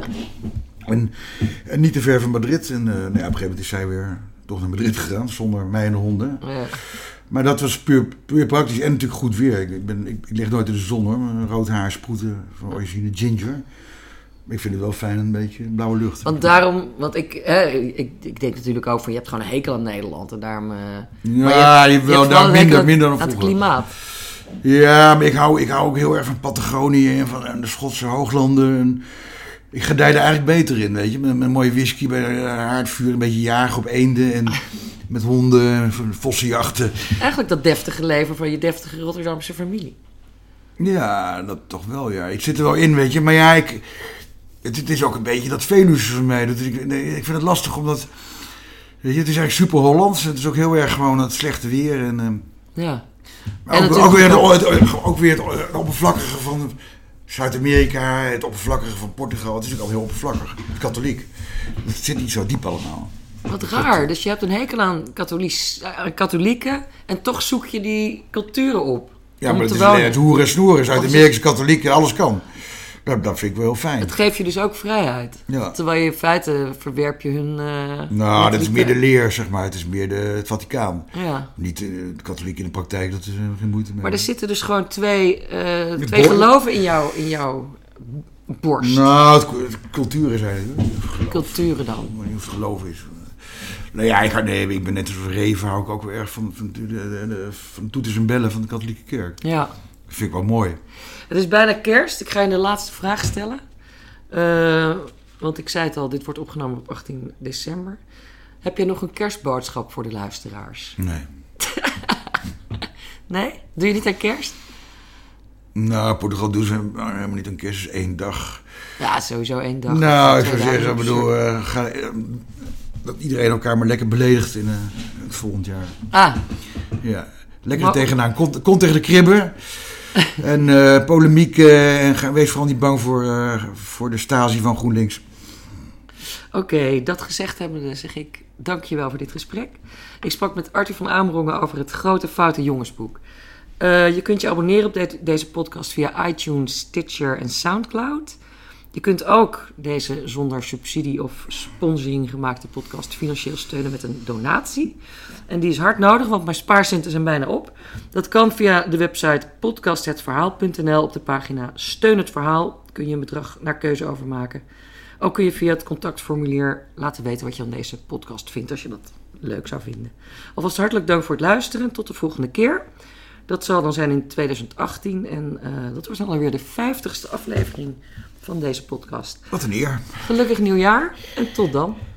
En, en niet te ver van Madrid. En uh, nou ja, op een gegeven moment is zij weer toch naar Madrid gegaan, zonder mij en de honden. Ja. Maar dat was puur, puur praktisch en natuurlijk goed weer. Ik, ben, ik, ik lig nooit in de zon hoor, mijn rood haar, sproeten van origine ginger. Ik vind het wel fijn, een beetje blauwe lucht. Want daarom, want ik, hè, ik, ik denk natuurlijk ook van, je hebt gewoon een hekel aan Nederland. En daarom... Uh, ja, je, je hebt wel daar minder, minder dan vroeger. Het klimaat. Ja, maar ik hou, ik hou ook heel erg van Patagonië en van en de Schotse hooglanden. En ik gedij er eigenlijk beter in, weet je. Met, met een mooie whisky bij de haardvuur, een beetje jagen op eenden en met honden, vossenjachten. Eigenlijk dat deftige leven van je deftige Rotterdamse familie. Ja, dat toch wel, ja. Ik zit er wel in, weet je. Maar ja, ik... Het, het is ook een beetje dat Veluwe van mij. Dat ik, ik vind het lastig omdat... Weet je, het is eigenlijk super Hollands. Het is ook heel erg gewoon het slechte weer. En, uh, ja. Maar en ook, ook, weer de, ook weer het oppervlakkige van Zuid-Amerika. Het oppervlakkige van Portugal. Het is ook al heel oppervlakkig. Het katholiek. Het zit niet zo diep allemaal. Wat raar. Dus je hebt een hekel aan katholieken. En toch zoek je die culturen op. Ja, maar het is alleen het hoeren en snoeren. Zuid-Amerika is katholiek en alles kan. Dat, dat vind ik wel heel fijn. Het geeft je dus ook vrijheid. Ja. Terwijl je in feite verwerp je hun... Uh, nou, dat is meer de leer, zeg maar. Het is meer de, het Vaticaan. Ja. Niet uh, de katholiek in de praktijk, dat is uh, geen moeite mee. Maar er zitten dus gewoon twee, uh, twee geloven in, jou, in jouw borst. Nou, het, het culturen zijn het. Culturen dan? Maar niet of het geloof is. Nou ja, ik, nee, ik ben net als Reven, hou ik ook wel erg van, van, de, de, de, van toeters en bellen van de katholieke kerk. Ja. Dat vind ik wel mooi. Het is bijna kerst. Ik ga je de laatste vraag stellen. Uh, want ik zei het al, dit wordt opgenomen op achttien december. Heb je nog een kerstboodschap voor de luisteraars? Nee. Nee? Doe je niet aan kerst? Nou, Portugal doen ze helemaal niet aan kerst. Het is één dag. Ja, sowieso één dag. Nou, ik zou zeggen, ik bedoel, uh, ga, uh, dat iedereen elkaar maar lekker beledigt in uh, het volgend jaar. Ah. Ja, lekker maar... tegenaan. Kom, kom tegen de kribben. En uh, polemiek uh, en ga, wees vooral niet bang voor, uh, voor de Stasi van GroenLinks. Oké, okay, dat gezegd hebbende zeg ik dankjewel voor dit gesprek. Ik sprak met Arthur van Amerongen over het grote foute jongensboek. Uh, je kunt je abonneren op de- deze podcast via iTunes, Stitcher en Soundcloud. Je kunt ook deze zonder subsidie of sponsoring gemaakte podcast financieel steunen met een donatie. En die is hard nodig, want mijn spaarcenten zijn bijna op. Dat kan via de website podcast het verhaal punt n l op de pagina Steun het Verhaal. Kun je een bedrag naar keuze overmaken. Ook kun je via het contactformulier laten weten wat je aan deze podcast vindt, als je dat leuk zou vinden. Alvast hartelijk dank voor het luisteren. Tot de volgende keer. Dat zal dan zijn in twintig achttien. En uh, dat was dan alweer de vijftigste aflevering van deze podcast. Wat een eer. Gelukkig nieuwjaar en tot dan.